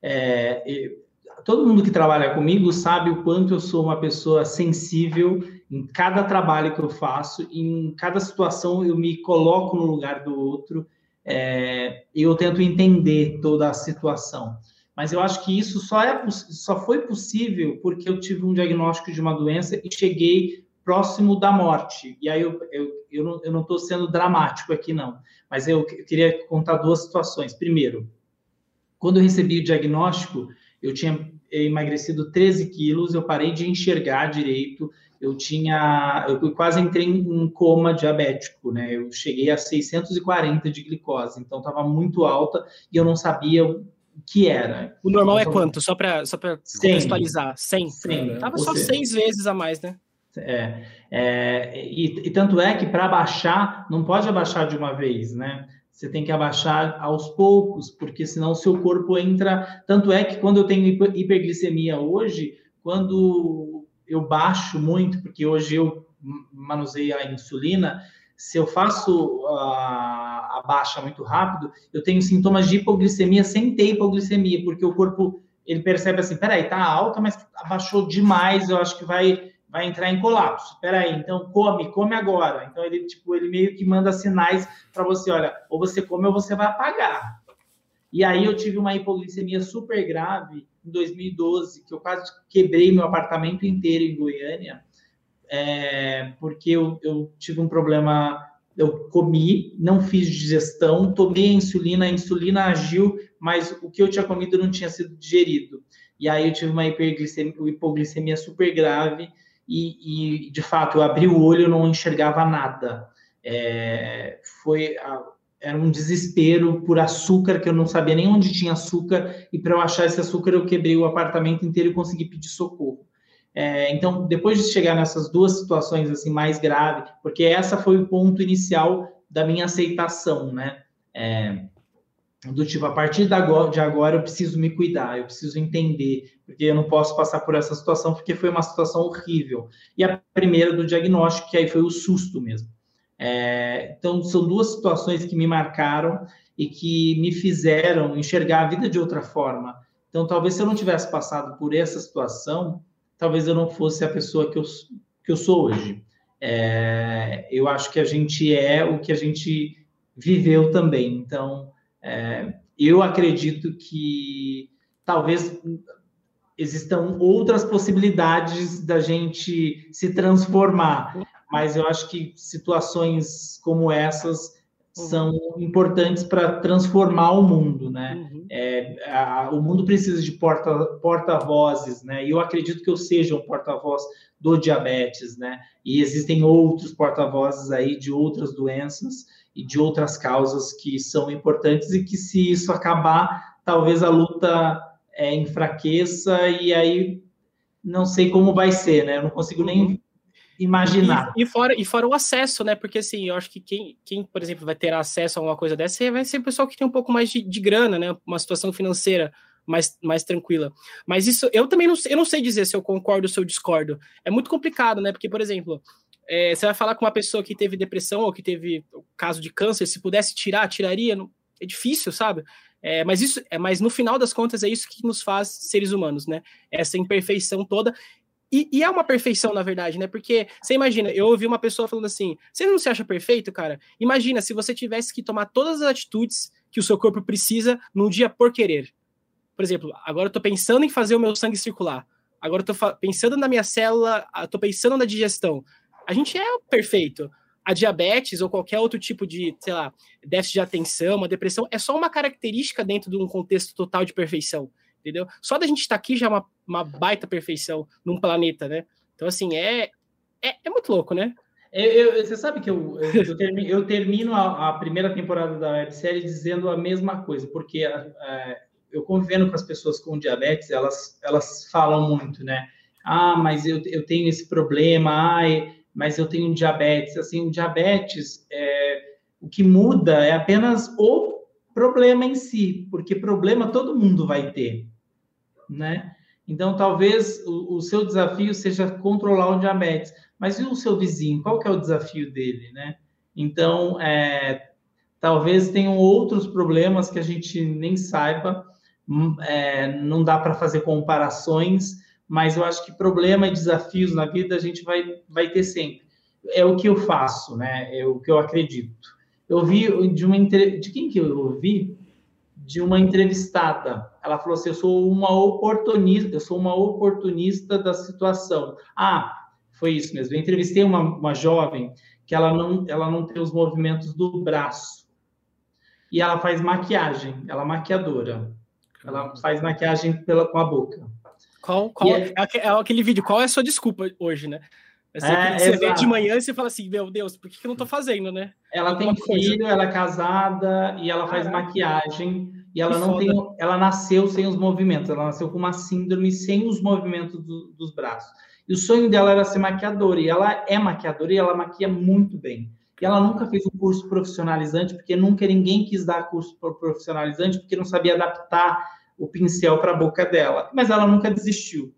É, eu, todo mundo que trabalha comigo sabe o quanto eu sou uma pessoa sensível em cada trabalho que eu faço, em cada situação eu me coloco no lugar do outro, É, eu tento entender toda a situação, mas eu acho que isso só, é, só foi possível porque eu tive um diagnóstico de uma doença e cheguei próximo da morte. E aí eu, eu, eu não eu não estou sendo dramático aqui, não. Mas eu, eu queria contar duas situações. Primeiro, quando eu recebi o diagnóstico, eu tinha emagrecido treze quilos, eu parei de enxergar direito, eu tinha, eu quase entrei em um coma diabético, né? Eu cheguei a seiscentos e quarenta de glicose, então estava muito alta e eu não sabia o que era. O normal então, é quanto? Só para só para contextualizar. cem. cem. Tava só seja, seis vezes a mais, né? É, é e, e tanto é que para abaixar, não pode abaixar de uma vez, né? Você tem que abaixar aos poucos, porque senão o seu corpo entra... Tanto é que quando eu tenho hiperglicemia hoje, quando eu baixo muito, porque hoje eu manuseio a insulina, se eu faço a, a baixa muito rápido, eu tenho sintomas de hipoglicemia sem ter hipoglicemia, porque o corpo ele percebe assim, peraí, tá alta, mas abaixou demais, eu acho que vai... vai entrar em colapso. Espera aí, então come, come agora. Então ele tipo, ele meio que manda sinais para você, olha, ou você come ou você vai apagar. E aí eu tive uma hipoglicemia super grave em dois mil e doze, que eu quase quebrei meu apartamento inteiro em Goiânia, é, porque eu, eu tive um problema, eu comi, não fiz digestão, tomei a insulina, a insulina agiu, mas o que eu tinha comido não tinha sido digerido. E aí eu tive uma hiperglicemia, hipoglicemia super grave, E, e, de fato, eu abri o olho e não enxergava nada. É, foi, era um desespero por açúcar, que eu não sabia nem onde tinha açúcar, e para eu achar esse açúcar, eu quebrei o apartamento inteiro e consegui pedir socorro. É, então, depois de chegar nessas duas situações assim, mais graves, porque essa foi o ponto inicial da minha aceitação, né? É, do tipo, a partir de agora, de agora eu preciso me cuidar, eu preciso entender, porque eu não posso passar por essa situação, porque foi uma situação horrível. E a primeira do diagnóstico, que aí foi o susto mesmo. É, então, são duas situações que me marcaram e que me fizeram enxergar a vida de outra forma. Então, talvez se eu não tivesse passado por essa situação, talvez eu não fosse a pessoa que eu, que eu sou hoje. É, eu acho que a gente é o que a gente viveu também. Então, É, eu acredito que talvez existam outras possibilidades da gente se transformar, mas eu acho que situações como essas são importantes para transformar o mundo, né? Uhum. É, a, o mundo precisa de porta, porta-vozes, né? E eu acredito que eu seja um porta-voz do diabetes, né? E existem outros porta-vozes aí de outras doenças e de outras causas que são importantes e que, se isso acabar, talvez a luta é, enfraqueça e aí não sei como vai ser, né? Eu não consigo nem imaginar. E, e, fora, e fora o acesso, né? Porque, assim, eu acho que quem, quem, por exemplo, vai ter acesso a uma coisa dessa vai ser o pessoal que tem um pouco mais de, de grana, né? Uma situação financeira mais, mais tranquila. Mas isso, eu também não sei, eu não sei dizer se eu concordo ou se eu discordo. É muito complicado, né? Porque, por exemplo... É, você vai falar com uma pessoa que teve depressão ou que teve caso de câncer, se pudesse tirar, tiraria, não, é difícil, sabe? É, mas, isso, é, mas no final das contas é isso que nos faz seres humanos, né? Essa imperfeição toda. E, e é uma perfeição, na verdade, né? Porque, você imagina, eu ouvi uma pessoa falando assim, você não se acha perfeito, cara? Imagina se você tivesse que tomar todas as atitudes que o seu corpo precisa num dia por querer. Por exemplo, agora eu tô pensando em fazer o meu sangue circular. Agora eu tô pensando na minha célula, eu tô pensando na digestão. A gente é perfeito. A diabetes ou qualquer outro tipo de, sei lá, déficit de atenção, uma depressão, é só uma característica dentro de um contexto total de perfeição, entendeu? Só da gente estar aqui já é uma, uma baita perfeição num planeta, né? Então, assim, é, é, é muito louco, né? Eu, eu, você sabe que eu, eu, eu termino, eu termino a, a primeira temporada da websérie dizendo a mesma coisa, porque é, eu convivendo com as pessoas com diabetes, elas, elas falam muito, né? Ah, mas eu, eu tenho esse problema, ai... mas eu tenho diabetes. Assim, o diabetes, é, o que muda é apenas o problema em si, porque problema todo mundo vai ter, né? Então, talvez o, o seu desafio seja controlar o diabetes, mas e o seu vizinho? Qual que é o desafio dele, né? Então, é, talvez tenham outros problemas que a gente nem saiba, é, não dá para fazer comparações, mas eu acho que problema e desafios na vida a gente vai, vai ter sempre. É o que eu faço, né? É o que eu acredito. Eu vi de uma de quem que eu ouvi? De uma entrevistada. Ela falou assim: eu sou uma oportunista, eu sou uma oportunista da situação. Ah, foi isso mesmo. Eu entrevistei uma, uma jovem que ela não, ela não tem os movimentos do braço. E ela faz maquiagem, ela é maquiadora. Ela faz maquiagem pela, com a boca. Qual, qual é, é aquele vídeo? Qual é a sua desculpa hoje, né? É, é, você vê de manhã e você fala assim, meu Deus, por que, que eu não tô fazendo, né? Ela Alguma tem coisa. filho, ela é casada e ela faz Caraca. maquiagem. E ela que não foda. tem, ela nasceu sem os movimentos, ela nasceu com uma síndrome sem os movimentos do, dos braços. E o sonho dela era ser maquiadora, e ela é maquiadora e ela maquia muito bem. E ela nunca fez um curso profissionalizante, porque nunca ninguém quis dar curso profissionalizante, porque não sabia adaptar o pincel para a boca dela. Mas ela nunca desistiu.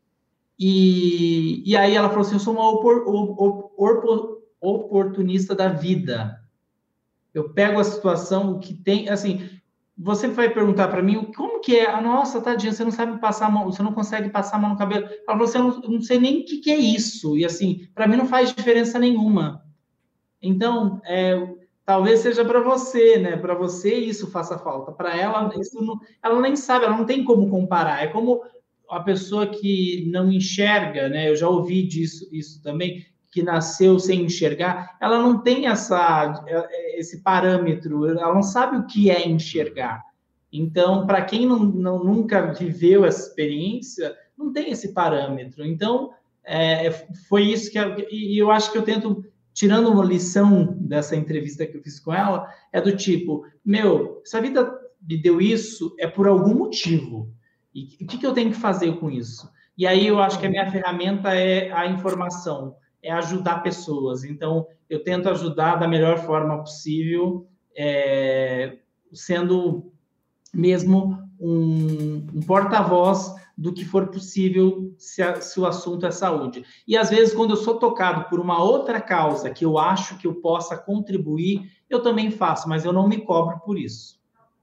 E, e aí ela falou assim, eu sou uma opor, op, op, oportunista da vida. Eu pego a situação que tem, assim, você vai perguntar para mim, como que é? Ah, nossa, tadinha, você não sabe passar a mão, você não consegue passar a mão no cabelo. Ela falou assim, eu não, eu não sei nem o que, que é isso. E assim, para mim não faz diferença nenhuma. Então, é, talvez seja para você, né? Para você isso faça falta. Para ela, isso não, ela nem sabe, ela não tem como comparar. É como a pessoa que não enxerga, né? Eu já ouvi disso isso também, que nasceu sem enxergar, ela não tem essa, esse parâmetro, ela não sabe o que é enxergar. Então, para quem não, não, nunca viveu essa experiência, não tem esse parâmetro. Então, é, foi isso que... Eu, e eu acho que eu tento... Tirando uma lição dessa entrevista que eu fiz com ela, é do tipo, meu, se a vida me deu isso, é por algum motivo. E o que, que eu tenho que fazer com isso? E aí eu acho que a minha ferramenta é a informação, é ajudar pessoas. Então, eu tento ajudar da melhor forma possível, é, sendo mesmo um, um porta-voz do que for possível se, a, se o assunto é saúde. E, às vezes, quando eu sou tocado por uma outra causa que eu acho que eu possa contribuir, eu também faço, mas eu não me cobro por isso.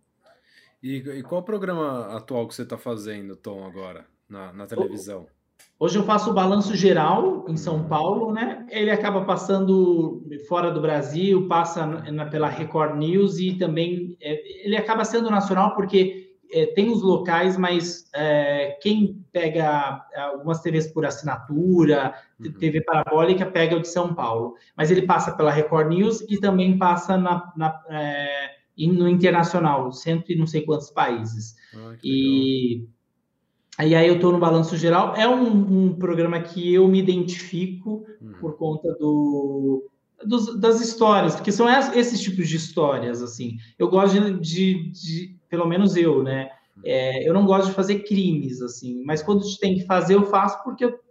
E, e qual o programa atual que você está fazendo, Tom, agora, na, na televisão? Hoje eu faço o Balanço Geral em São Paulo, né? Ele acaba passando fora do Brasil, passa na, pela Record News e também é, ele acaba sendo nacional porque é, tem os locais, mas é, quem pega algumas T Vs por assinatura, uhum. T V parabólica, pega o de São Paulo. Mas ele passa pela Record News e também passa na, na, é, no internacional, cento e não sei quantos países. Ah, que e legal. E aí eu estou no Balanço Geral, é um, um programa que eu me identifico uhum. por conta do, dos, das histórias, porque são esses tipos de histórias, assim. Eu gosto de, de, de pelo menos eu, né? É, eu não gosto de fazer crimes, assim, mas quando tem que fazer, eu faço porque eu,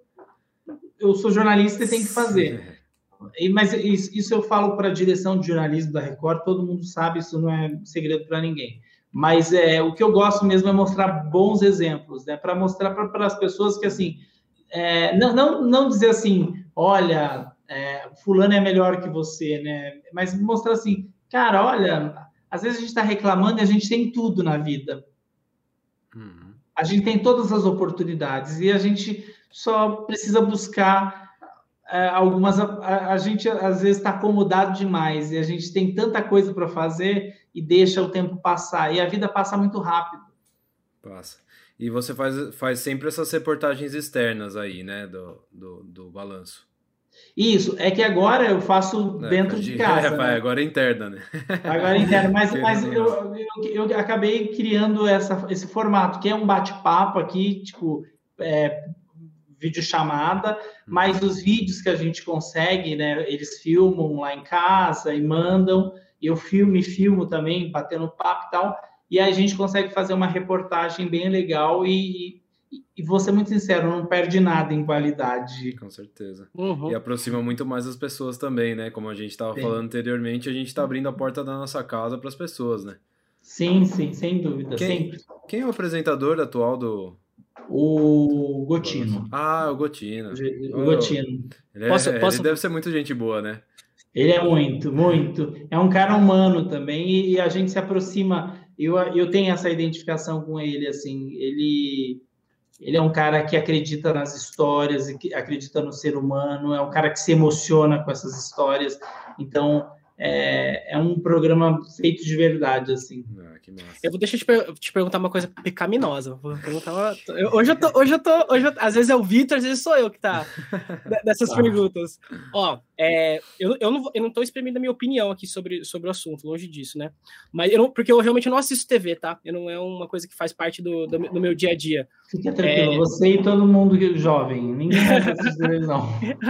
eu sou jornalista e tenho que fazer. E, mas isso, isso eu falo para a direção de jornalismo da Record, todo mundo sabe, isso não é segredo para ninguém. Mas é, o que eu gosto mesmo é mostrar bons exemplos, né? Para mostrar para as pessoas que, assim, é, não, não, não dizer assim, olha, é, fulano é melhor que você, né? Mas mostrar assim, cara, olha, às vezes a gente está reclamando e a gente tem tudo na vida. Uhum. A gente tem todas as oportunidades e a gente só precisa buscar é, algumas... A, a gente, às vezes, está acomodado demais e a gente tem tanta coisa para fazer... e deixa o tempo passar. E a vida passa muito rápido. Passa. E você faz, faz sempre essas reportagens externas aí, né, do, do, do Balanço. Isso. É que agora eu faço é, dentro de, de casa. É, né? Agora é interna, né? Agora é interna. Mas, mas eu, eu, eu acabei criando essa, esse formato, que é um bate-papo aqui, tipo, é, videochamada, mas os vídeos que a gente consegue, né, eles filmam lá em casa e mandam... Eu filmo e filmo também, batendo papo e tal, e aí a gente consegue fazer uma reportagem bem legal e, e, e vou ser muito sincero, não perde nada em qualidade. Com certeza. Uhum. E aproxima muito mais as pessoas também, né? Como a gente estava falando anteriormente, a gente está abrindo a porta da nossa casa para as pessoas, né? Sim, sim, sem dúvida, quem, sempre. Quem é o apresentador atual do... O Gotino. Ah, o Gotino. O Gotino. Ele, é, posso, posso... ele deve ser muito gente boa, né? Ele é muito, muito. É um cara humano também e a gente se aproxima. Eu, eu tenho essa identificação com ele, assim. Ele, ele é um cara que acredita nas histórias e que acredita no ser humano. É um cara que se emociona com essas histórias. Então, é, é um programa feito de verdade, assim. Ah, que massa. Eu vou deixar te, per- te perguntar uma coisa pecaminosa. Vou perguntar uma... eu, hoje eu tô, hoje eu tô, hoje eu... às vezes é o Vitor, às vezes sou eu que tá dessas ah. perguntas. Ó, é, eu, eu, não, eu não tô exprimindo a minha opinião aqui sobre, sobre o assunto, longe disso, né? Mas eu não, porque eu realmente não assisto T V, tá? Eu não é uma coisa que faz parte do, do, do meu dia a dia. Fica tranquilo, é... você e todo mundo jovem, ninguém mais assiste televisão.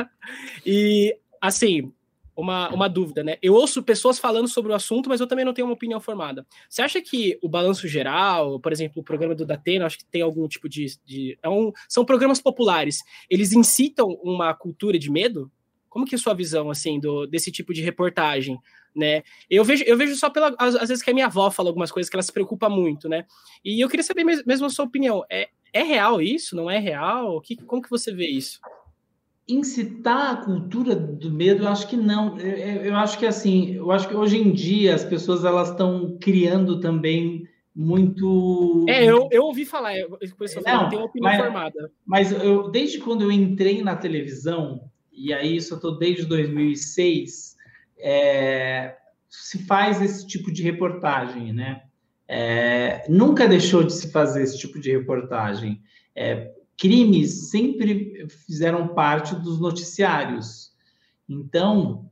E, assim, uma, uma dúvida, né? Eu ouço pessoas falando sobre o assunto, mas eu também não tenho uma opinião formada. Você acha que o Balanço Geral, por exemplo, o programa do Datena, acho que tem algum tipo de... de é um, são programas populares, eles incitam uma cultura de medo? Como que é a sua visão, assim, do, desse tipo de reportagem, né? Eu vejo, eu vejo só pela... Às, às vezes que a minha avó fala algumas coisas que ela se preocupa muito, né? E eu queria saber mesmo, mesmo a sua opinião. É, é real isso? Não é real? Que, como que você vê isso? Incitar a cultura do medo, eu acho que não. Eu, eu acho que assim, eu acho que hoje em dia as pessoas elas estão criando também muito. É, eu, eu ouvi falar, eu, eu não, tenho uma opinião mas, formada. Mas eu, desde quando eu entrei na televisão, e aí isso eu estou desde dois mil e seis, é, se faz esse tipo de reportagem, né? É, nunca deixou de se fazer esse tipo de reportagem. É, crimes sempre fizeram parte dos noticiários. Então,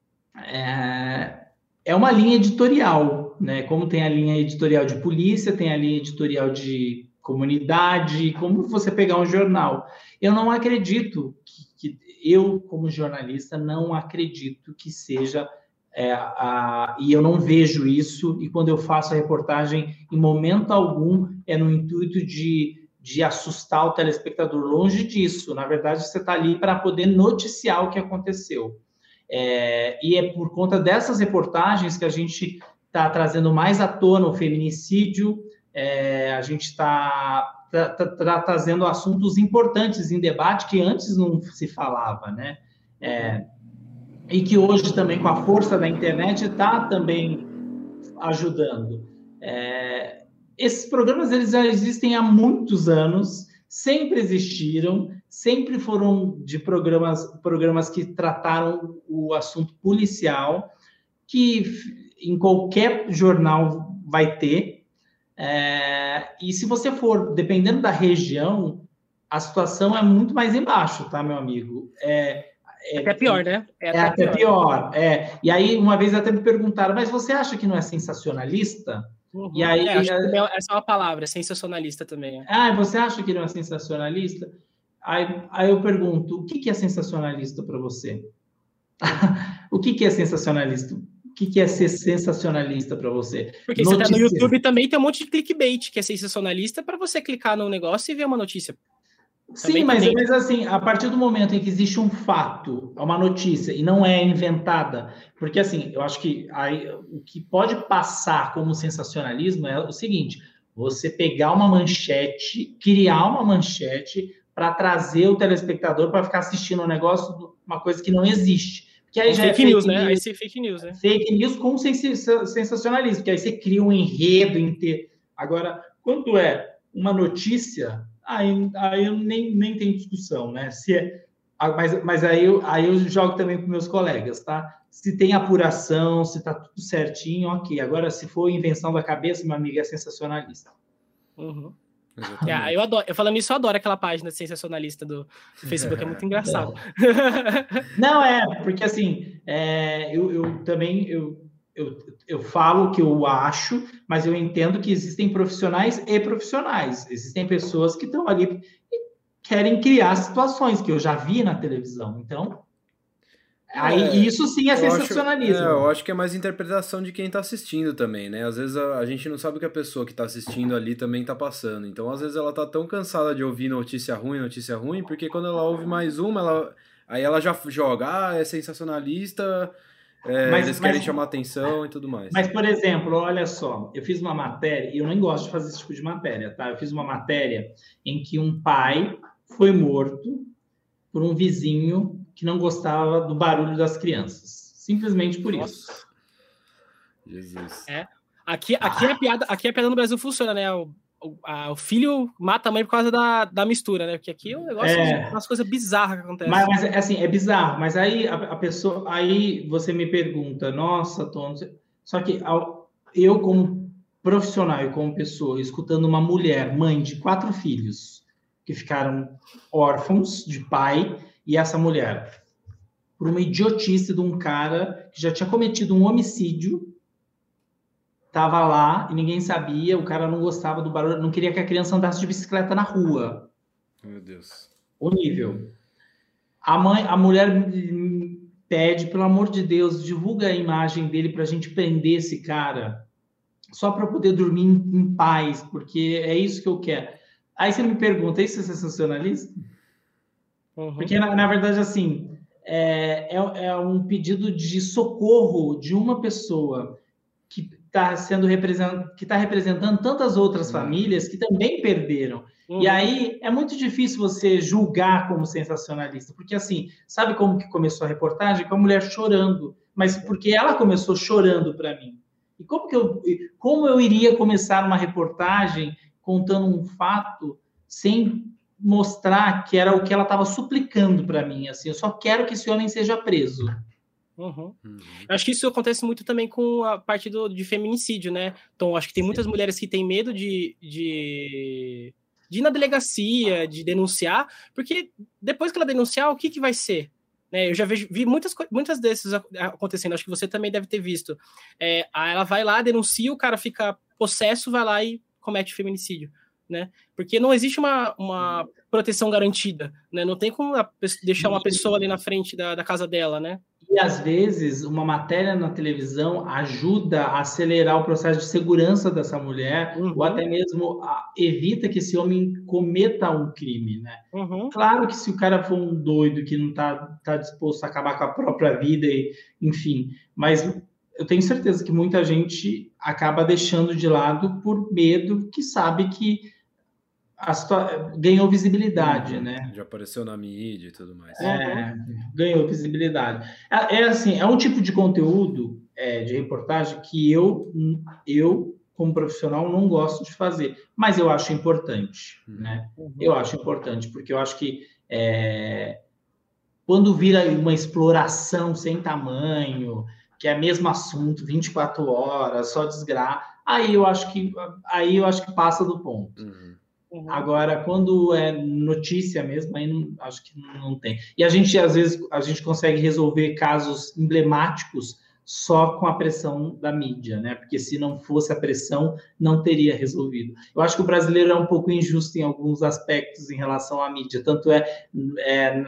é, é uma linha editorial, né? Como tem a linha editorial de polícia, tem a linha editorial de comunidade, como você pegar um jornal. Eu não acredito que, que eu, como jornalista, não acredito que seja... É, a, e eu não vejo isso, e quando eu faço a reportagem, em momento algum, é no intuito de... de assustar o telespectador, longe disso. Na verdade, você está ali para poder noticiar o que aconteceu. É, e é por conta dessas reportagens que a gente está trazendo mais à tona o feminicídio, é, a gente está tá, tá, tá trazendo assuntos importantes em debate que antes não se falava, né? É, e que hoje também, com a força da internet, está também ajudando. É, Esses programas eles já existem há muitos anos, sempre existiram, sempre foram de programas, programas que trataram o assunto policial, que em qualquer jornal vai ter. É, e se você for, dependendo da região, a situação é muito mais embaixo, tá, meu amigo? É, é até pior, né? É, é até pior. pior é. E aí, uma vez até me perguntaram, mas você acha que não é sensacionalista? Uhum. E aí, é, acho que essa é uma palavra, sensacionalista também. É. Ah, você acha que não é sensacionalista? Aí, aí eu pergunto, o que, que é sensacionalista para você? O que, que é sensacionalista? O que, que é ser sensacionalista para você? Porque notícia. Você tá no YouTube também tem um monte de clickbait que é sensacionalista para você clicar num negócio e ver uma notícia. Sim, mas, mas assim, a partir do momento em que existe um fato, uma notícia, e não é inventada, porque assim, eu acho que aí, o que pode passar como sensacionalismo é o seguinte, você pegar uma manchete, criar uma manchete para trazer o telespectador para ficar assistindo um negócio, uma coisa que não existe. Porque aí é já fake, é fake news, news, né? Aí você é fake news, né? Fake news com sensacionalismo, porque aí você cria um enredo inteiro. Agora, quando é uma notícia... Aí, aí eu nem, nem tenho discussão, né? Se é, mas mas aí, eu, aí eu jogo também com meus colegas, tá? Se tem apuração, se tá tudo certinho, ok. Agora, se for invenção da cabeça, meu amigo, é sensacionalista. Uhum. É, eu adoro, eu falando isso, eu adoro aquela página sensacionalista do, do Facebook, é muito engraçado. Não, Não é, porque assim, é, eu, eu também... Eu, Eu, eu falo o que eu acho, mas eu entendo que existem profissionais e profissionais. Existem pessoas que estão ali e querem criar situações que eu já vi na televisão. Então, aí, é, isso sim é sensacionalismo. Acho, é, eu acho que é mais interpretação de quem está assistindo também, né? Às vezes a, a gente não sabe o que a pessoa que está assistindo ali também está passando. Então, às vezes ela está tão cansada de ouvir notícia ruim, notícia ruim, porque quando ela ouve mais uma, ela, aí ela já joga, ah, é sensacionalista... É, mas, eles querem mas, chamar atenção e tudo mais. Mas, por exemplo, olha só, eu fiz uma matéria, e eu nem gosto de fazer esse tipo de matéria, tá? Eu fiz uma matéria em que um pai foi morto por um vizinho que não gostava do barulho das crianças. Simplesmente por Nossa. isso. Jesus. É. Aqui, aqui, ah. a piada, aqui a piada no Brasil funciona, né? O, o, a, o filho mata a mãe por causa da, da mistura, né? Porque aqui o negócio é umas coisas bizarras que acontecem. Mas, mas assim, é bizarro. Mas aí a, a pessoa, aí você me pergunta, nossa, Tom, só que eu como profissional e como pessoa, escutando uma mulher, mãe de quatro filhos, que ficaram órfãos de pai, e essa mulher, por uma idiotice de um cara que já tinha cometido um homicídio, estava lá e ninguém sabia, o cara não gostava do barulho, não queria que a criança andasse de bicicleta na rua. Meu Deus. O nível. A mãe, a mulher pede, pelo amor de Deus, divulga a imagem dele para a gente prender esse cara, só para poder dormir em, em paz, porque é isso que eu quero. Aí você me pergunta, isso é sensacionalista? Uhum. Porque, na, na verdade, assim, é, é, é um pedido de socorro de uma pessoa que está sendo represent... que está representando tantas outras famílias que também perderam. Uhum. E aí é muito difícil você julgar como sensacionalista, porque assim, sabe como que começou a reportagem? Com a mulher chorando, mas porque ela começou chorando para mim. E como que eu, como eu iria começar uma reportagem contando um fato sem mostrar que era o que ela estava suplicando para mim? Assim, eu só quero que esse homem seja preso. Uhum. Uhum. Eu acho que isso acontece muito também com a parte do, de feminicídio, né? Então, acho que tem muitas mulheres que têm medo de, de, de ir na delegacia, de denunciar, porque depois que ela denunciar, o que, que vai ser? Né? Eu já vejo, vi muitas, muitas desses acontecendo, acho que você também deve ter visto. É, ela vai lá, denuncia, o cara fica possesso, vai lá e comete feminicídio. Né? Porque não existe uma, uma proteção garantida, né? Não tem como a, deixar uma pessoa ali na frente da, da casa dela, né? E às vezes uma matéria na televisão ajuda a acelerar o processo de segurança dessa mulher, uhum. ou até mesmo a, evita que esse homem cometa um crime, né? Uhum. Claro que se o cara for um doido que não está tá disposto a acabar com a própria vida, e, enfim, mas eu tenho certeza que muita gente acaba deixando de lado por medo, que sabe que a situa... ganhou visibilidade, né? Já apareceu na mídia e tudo mais. É, ganhou visibilidade. É, é assim, é um tipo de conteúdo é, de reportagem que eu, eu, como profissional, não gosto de fazer, mas eu acho importante, uhum. né? Eu acho importante, porque eu acho que é, quando vira uma exploração sem tamanho, que é o mesmo assunto, vinte e quatro horas, só desgraça, aí eu acho que aí eu acho que passa do ponto. Uhum. Uhum. Agora, quando é notícia mesmo, aí não, acho que não tem. E a gente, às vezes, a gente consegue resolver casos emblemáticos só com a pressão da mídia, né? Porque se não fosse a pressão, não teria resolvido. Eu acho que o brasileiro é um pouco injusto em alguns aspectos em relação à mídia. Tanto é, é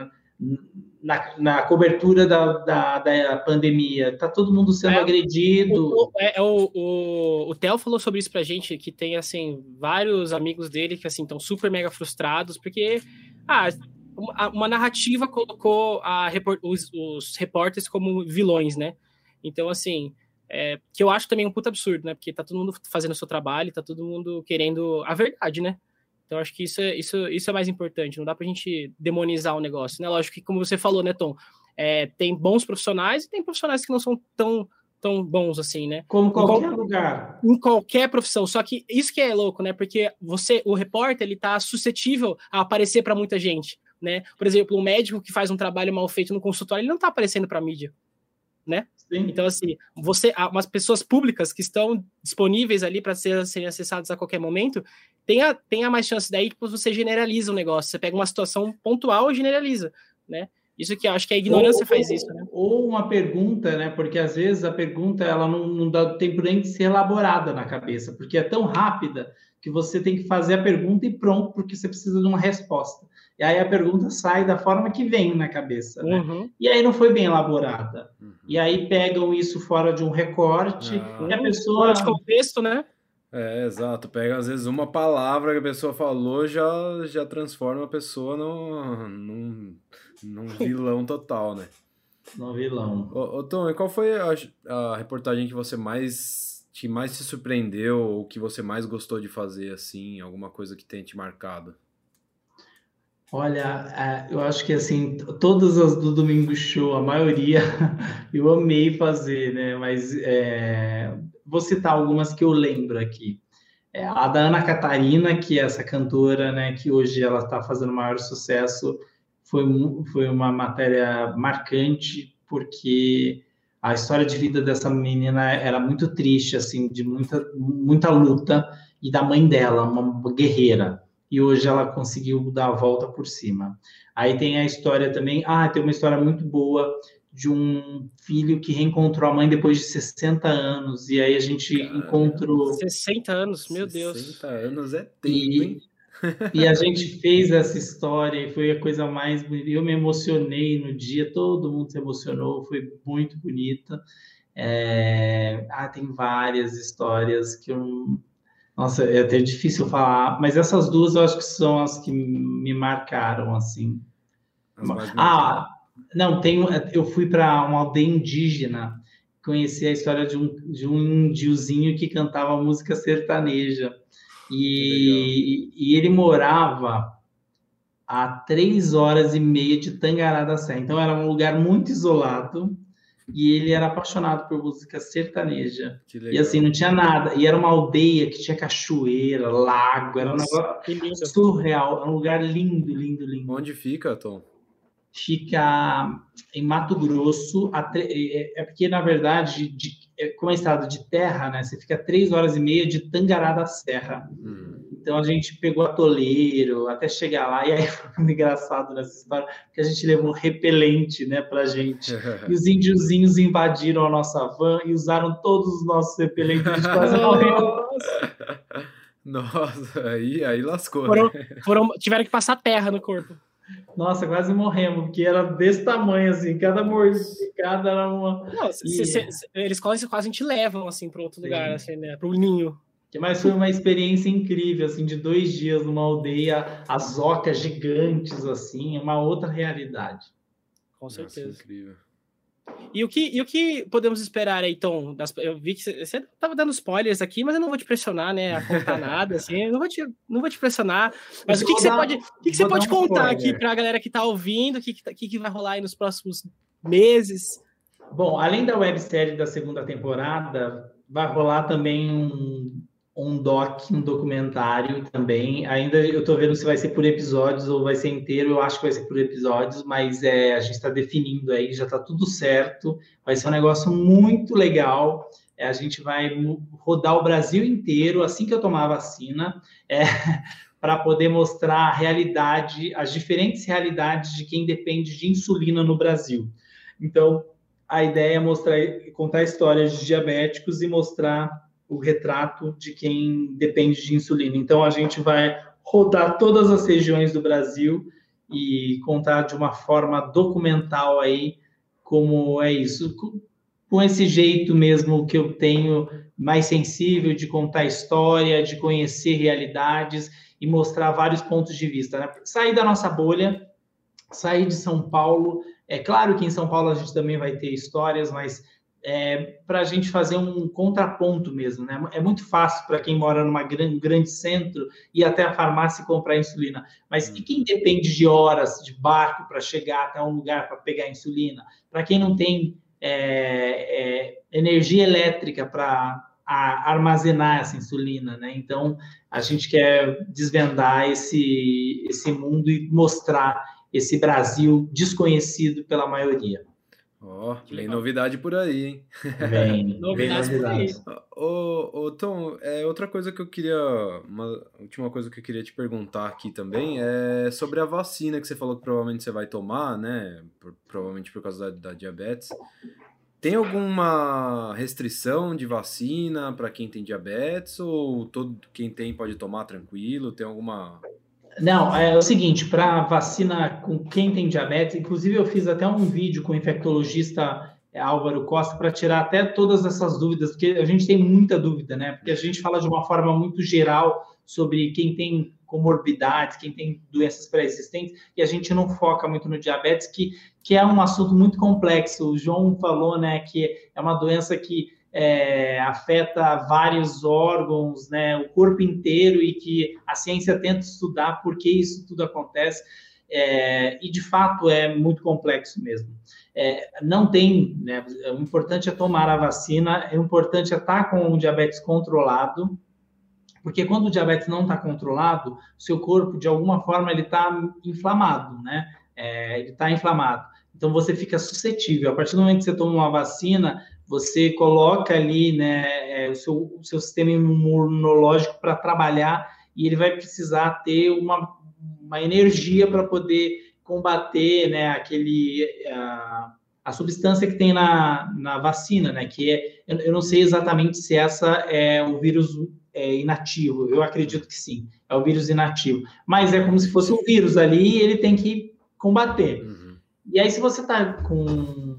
na, na cobertura da, da, da pandemia, está todo mundo sendo é, agredido. O, é, o, o, o Theo falou sobre isso pra gente, que tem, assim, vários amigos dele que, assim, estão super mega frustrados, porque, ah, uma, uma narrativa colocou a, os, os repórteres como vilões, né? Então, assim, é, que eu acho também um puta absurdo, né? Porque tá todo mundo fazendo o seu trabalho, tá todo mundo querendo a verdade, né? Então, acho que isso é, isso, isso é mais importante. Não dá pra gente demonizar o negócio, né? Lógico que, como você falou, né, Tom? É, tem bons profissionais e tem profissionais que não são tão, tão bons assim, né? Como qualquer em qual, lugar. Em qualquer profissão. Só que isso que é louco, né? Porque você, o repórter, ele tá suscetível a aparecer para muita gente, né? Por exemplo, um médico que faz um trabalho mal feito no consultório, ele não tá aparecendo pra mídia, né? Sim. Então, assim, você, umas pessoas públicas que estão disponíveis ali para ser, serem acessadas a qualquer momento, tenha, tenha mais chance daí que você generaliza o negócio. Você pega uma situação pontual e generaliza, né? Isso que eu acho que a ignorância ou, faz isso, né? Ou uma pergunta, né? Porque às vezes a pergunta ela não, não dá tempo nem de ser elaborada na cabeça, porque é tão rápida que você tem que fazer a pergunta e pronto, porque você precisa de uma resposta. E aí a pergunta sai da forma que vem na cabeça, né? Uhum. E aí não foi bem elaborada. Uhum. E aí pegam isso fora de um recorte ah. e a pessoa... Fora de contexto, né? É, exato. Pega, às vezes, uma palavra que a pessoa falou já, já transforma a pessoa num, num, num vilão total, né? Num vilão. Ô, ô Tom, e qual foi a, a reportagem que você mais, que mais se surpreendeu ou que você mais gostou de fazer, assim? Alguma coisa que tenha te marcado? Olha, eu acho que, assim, todas as do Domingo Show, a maioria, eu amei fazer, né? Mas é, vou citar algumas que eu lembro aqui. É, a da Ana Catarina, que é essa cantora, né, que hoje ela está fazendo maior sucesso, foi, foi uma matéria marcante, porque a história de vida dessa menina era muito triste, assim, de muita, muita luta, e da mãe dela, uma guerreira. E hoje ela conseguiu dar a volta por cima. Aí tem a história também, ah, tem uma história muito boa de um filho que reencontrou a mãe depois de sessenta anos, e aí a gente Caramba. encontrou... sessenta anos, meu Deus. sessenta anos é tempo, e, hein? E a gente fez essa história e foi a coisa mais bonita. Eu me emocionei no dia, todo mundo se emocionou, foi muito bonita. É... Ah, tem várias histórias que eu... Nossa, é até difícil falar, mas essas duas eu acho que são as que me marcaram, assim. Ah, não, tem, eu fui para uma aldeia indígena, conheci a história de um, de um índiozinho que cantava música sertaneja. E, e ele morava a três horas e meia de Tangará da Serra. Então, era um lugar muito isolado e ele era apaixonado por música sertaneja. E assim, não tinha nada. E era uma aldeia que tinha cachoeira, lago, era um negócio surreal. Era um lugar lindo, lindo, lindo. Onde fica, Tom? Fica em Mato Grosso. É porque, na verdade, de, como é estado de terra, né? Você fica a três horas e meia de Tangará da Serra. Hum. Então, a gente pegou atoleiro até chegar lá. E aí foi muito engraçado nessa história, porque a gente levou repelente, né, pra gente. E os índiozinhos invadiram a nossa van e usaram todos os nossos repelentes. A gente quase morreu. Nossa, aí, aí lascou. Foram, foram, tiveram que passar terra no corpo. Nossa, quase morremos, porque era desse tamanho, assim, cada mordicada era uma... Não, se, se, se, eles quase, quase te levam, assim, para outro Sim. lugar, assim, né, para o ninho. Mas foi uma experiência incrível, assim, de dois dias numa aldeia, as ocas gigantes, assim, uma outra realidade. Com certeza. Nossa, incrível. E o que, e o que podemos esperar aí, Tom? Das, eu vi que você estava dando spoilers aqui, mas eu não vou te pressionar, né, a contar nada, assim, eu não vou te, não vou te pressionar. Mas o que, que você dar, pode, o que, que você pode contar aqui para a galera que está ouvindo, o que, que, que vai rolar aí nos próximos meses? Bom, além da websérie da segunda temporada, vai rolar também um, um doc, um documentário também. Ainda eu estou vendo se vai ser por episódios ou vai ser inteiro. Eu acho que vai ser por episódios, mas é, a gente está definindo aí, já está tudo certo. Vai ser um negócio muito legal. É, a gente vai rodar o Brasil inteiro assim que eu tomar a vacina, é, para poder mostrar a realidade, as diferentes realidades de quem depende de insulina no Brasil. Então, a ideia é mostrar, contar histórias de diabéticos e mostrar o retrato de quem depende de insulina. Então, a gente vai rodar todas as regiões do Brasil e contar de uma forma documental aí como é isso, com esse jeito mesmo que eu tenho mais sensível de contar história, de conhecer realidades e mostrar vários pontos de vista, né? Sair da nossa bolha, sair de São Paulo. É claro que em São Paulo a gente também vai ter histórias, mas é, para a gente fazer um contraponto mesmo, né? É muito fácil para quem mora numa grande, grande centro ir até a farmácia e comprar insulina, mas e quem depende de horas de barco para chegar até um lugar para pegar insulina? Para quem não tem é, é, energia elétrica para armazenar essa insulina, né? Então, a gente quer desvendar esse, esse mundo e mostrar esse Brasil desconhecido pela maioria. Ó, oh, vem novidade por aí, hein? Vem, novidade por aí. Ô, ô, Tom, é, outra coisa que eu queria, uma última coisa que eu queria te perguntar aqui também é sobre a vacina que você falou que provavelmente você vai tomar, né? Por, provavelmente por causa da, da diabetes. Tem alguma restrição de vacina para quem tem diabetes ou todo quem tem pode tomar tranquilo? Tem alguma... Não, é o seguinte, para vacina com quem tem diabetes, inclusive eu fiz até um vídeo com o infectologista Álvaro Costa para tirar até todas essas dúvidas, porque a gente tem muita dúvida, né? Porque a gente fala de uma forma muito geral sobre quem tem comorbidades, quem tem doenças pré-existentes, e a gente não foca muito no diabetes, que, que é um assunto muito complexo. O João falou, né, que é uma doença que É, afeta vários órgãos, né, o corpo inteiro, e que a ciência tenta estudar por que isso tudo acontece, é, e de fato é muito complexo mesmo. É, não tem, né, o importante é tomar a vacina, é importante é estar com o diabetes controlado, Porque quando o diabetes não está controlado, o seu corpo, de alguma forma, ele está inflamado, né? É, ele está inflamado. Então, você fica suscetível. A partir do momento que você toma uma vacina, você coloca ali, né, é, o, seu, o seu sistema imunológico para trabalhar e ele vai precisar ter uma, uma energia para poder combater, né, aquele, a, a substância que tem na, na vacina, né, que é, eu, eu não sei exatamente se essa é o vírus é, inativo, eu acredito que sim, é o vírus inativo, mas é como se fosse um vírus ali e ele tem que combater. Uhum. E aí, se você está com,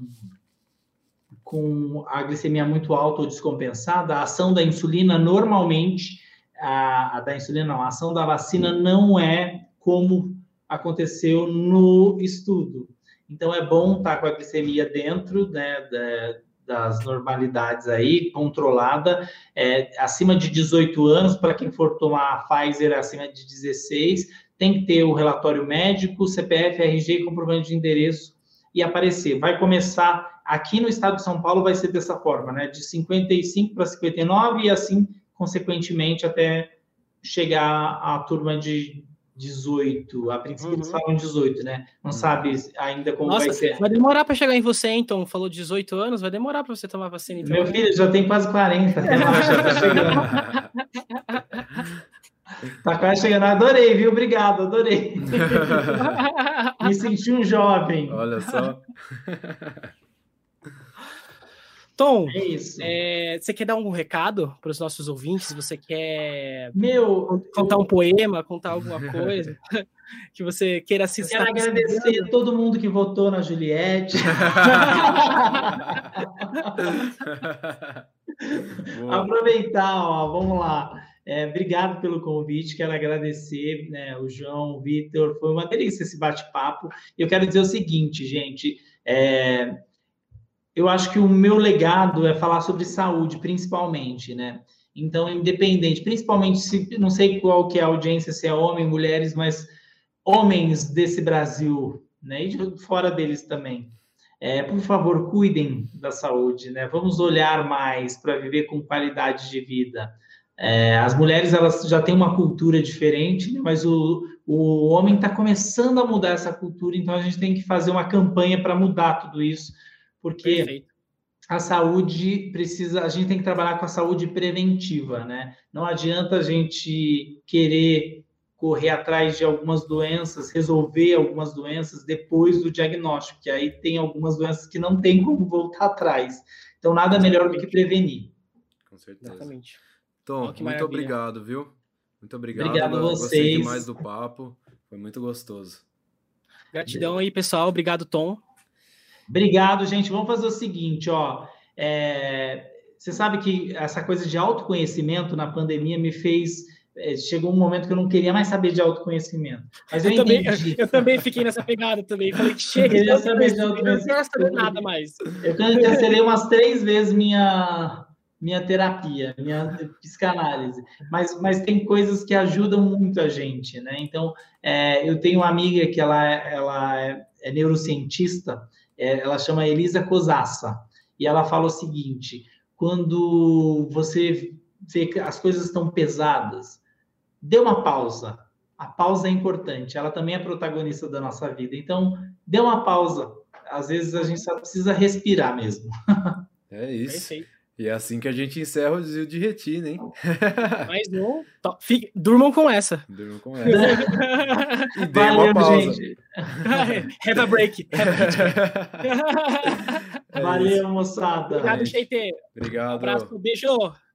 com a glicemia muito alta ou descompensada, a ação da insulina, normalmente, a, a da insulina não, a ação da vacina não é como aconteceu no estudo. Então, é bom estar com a glicemia dentro, né, da, das normalidades aí, controlada, é, acima de dezoito anos, para quem for tomar a Pfizer acima de dezesseis, tem que ter o relatório médico, C P F, R G, comprovante de endereço e aparecer. Vai começar, aqui no estado de São Paulo, vai ser dessa forma, né? De cinquenta e cinco para cinquenta e nove e assim, consequentemente, até chegar à turma de dezoito. A princípio, uhum. eles falam dezoito, né? Não uhum. sabe ainda como Nossa, vai ser. Vai demorar para chegar em você, então. Falou dezoito anos, vai demorar para você tomar vacina. Então. Meu filho já tem quase quarenta. Já tá chegando. Tá quase chegando. Adorei, viu? Obrigado, adorei. Me senti um jovem. Olha só. Tom, é isso. É, você quer dar algum recado para os nossos ouvintes? Você quer Meu, contar eu... um poema, contar alguma coisa que você queira assistir? Quero agradecer a todo mundo que votou na Juliette. Aproveitar, ó, vamos lá. É, obrigado pelo convite, quero agradecer, né, o João, o Vitor, foi uma delícia esse bate-papo. Eu quero dizer o seguinte, gente, é, eu acho que o meu legado é falar sobre saúde, principalmente, né? Então, independente, principalmente, se, não sei qual que é a audiência, se é homem, mulheres, mas homens desse Brasil, né, e de fora deles também. É, por favor, cuidem da saúde, né? Vamos olhar mais para viver com qualidade de vida. É, as mulheres, elas já têm uma cultura diferente, né? Mas o, o homem está começando a mudar essa cultura, então a gente tem que fazer uma campanha para mudar tudo isso, porque Perfeito. A saúde precisa, a gente tem que trabalhar com a saúde preventiva, né? Não adianta a gente querer correr atrás de algumas doenças, resolver algumas doenças depois do diagnóstico, que aí tem algumas doenças que não tem como voltar atrás. Então, nada melhor do que prevenir. Com certeza. Exatamente. Tom, oh, muito maravilha. Obrigado, viu? Muito obrigado. Obrigado a vocês. Gostei demais do papo. Foi muito gostoso. Gratidão aí, pessoal. Obrigado, Tom. Obrigado, gente. Vamos fazer o seguinte, ó. É... Você sabe que essa coisa de autoconhecimento na pandemia me fez... Chegou um momento que eu não queria mais saber de autoconhecimento. Mas eu, eu, também, eu, eu também fiquei nessa pegada também. Falei que chega, eu, de saber de autoconhecimento. Eu não quero saber nada mais. Eu cancelei umas três vezes minha... minha terapia, minha psicanálise, mas, mas tem coisas que ajudam muito a gente, né? Então, é, eu tenho uma amiga que ela, ela é, é neurocientista, é, ela chama Elisa Cosassa, e ela fala o seguinte, quando você vê que as coisas estão pesadas, dê uma pausa. A pausa é importante, ela também é protagonista da nossa vida, então, dê uma pausa. Às vezes, a gente só precisa respirar mesmo. É isso. Perfeito. E é assim que a gente encerra o desvio de retina, hein? Mais um. Fique, durmam com essa. Durmam com essa. E dê uma pausa. Gente. Have a break. Have a é Valeu, moçada. Obrigado, Cheite. Obrigado. Um abraço. Beijo.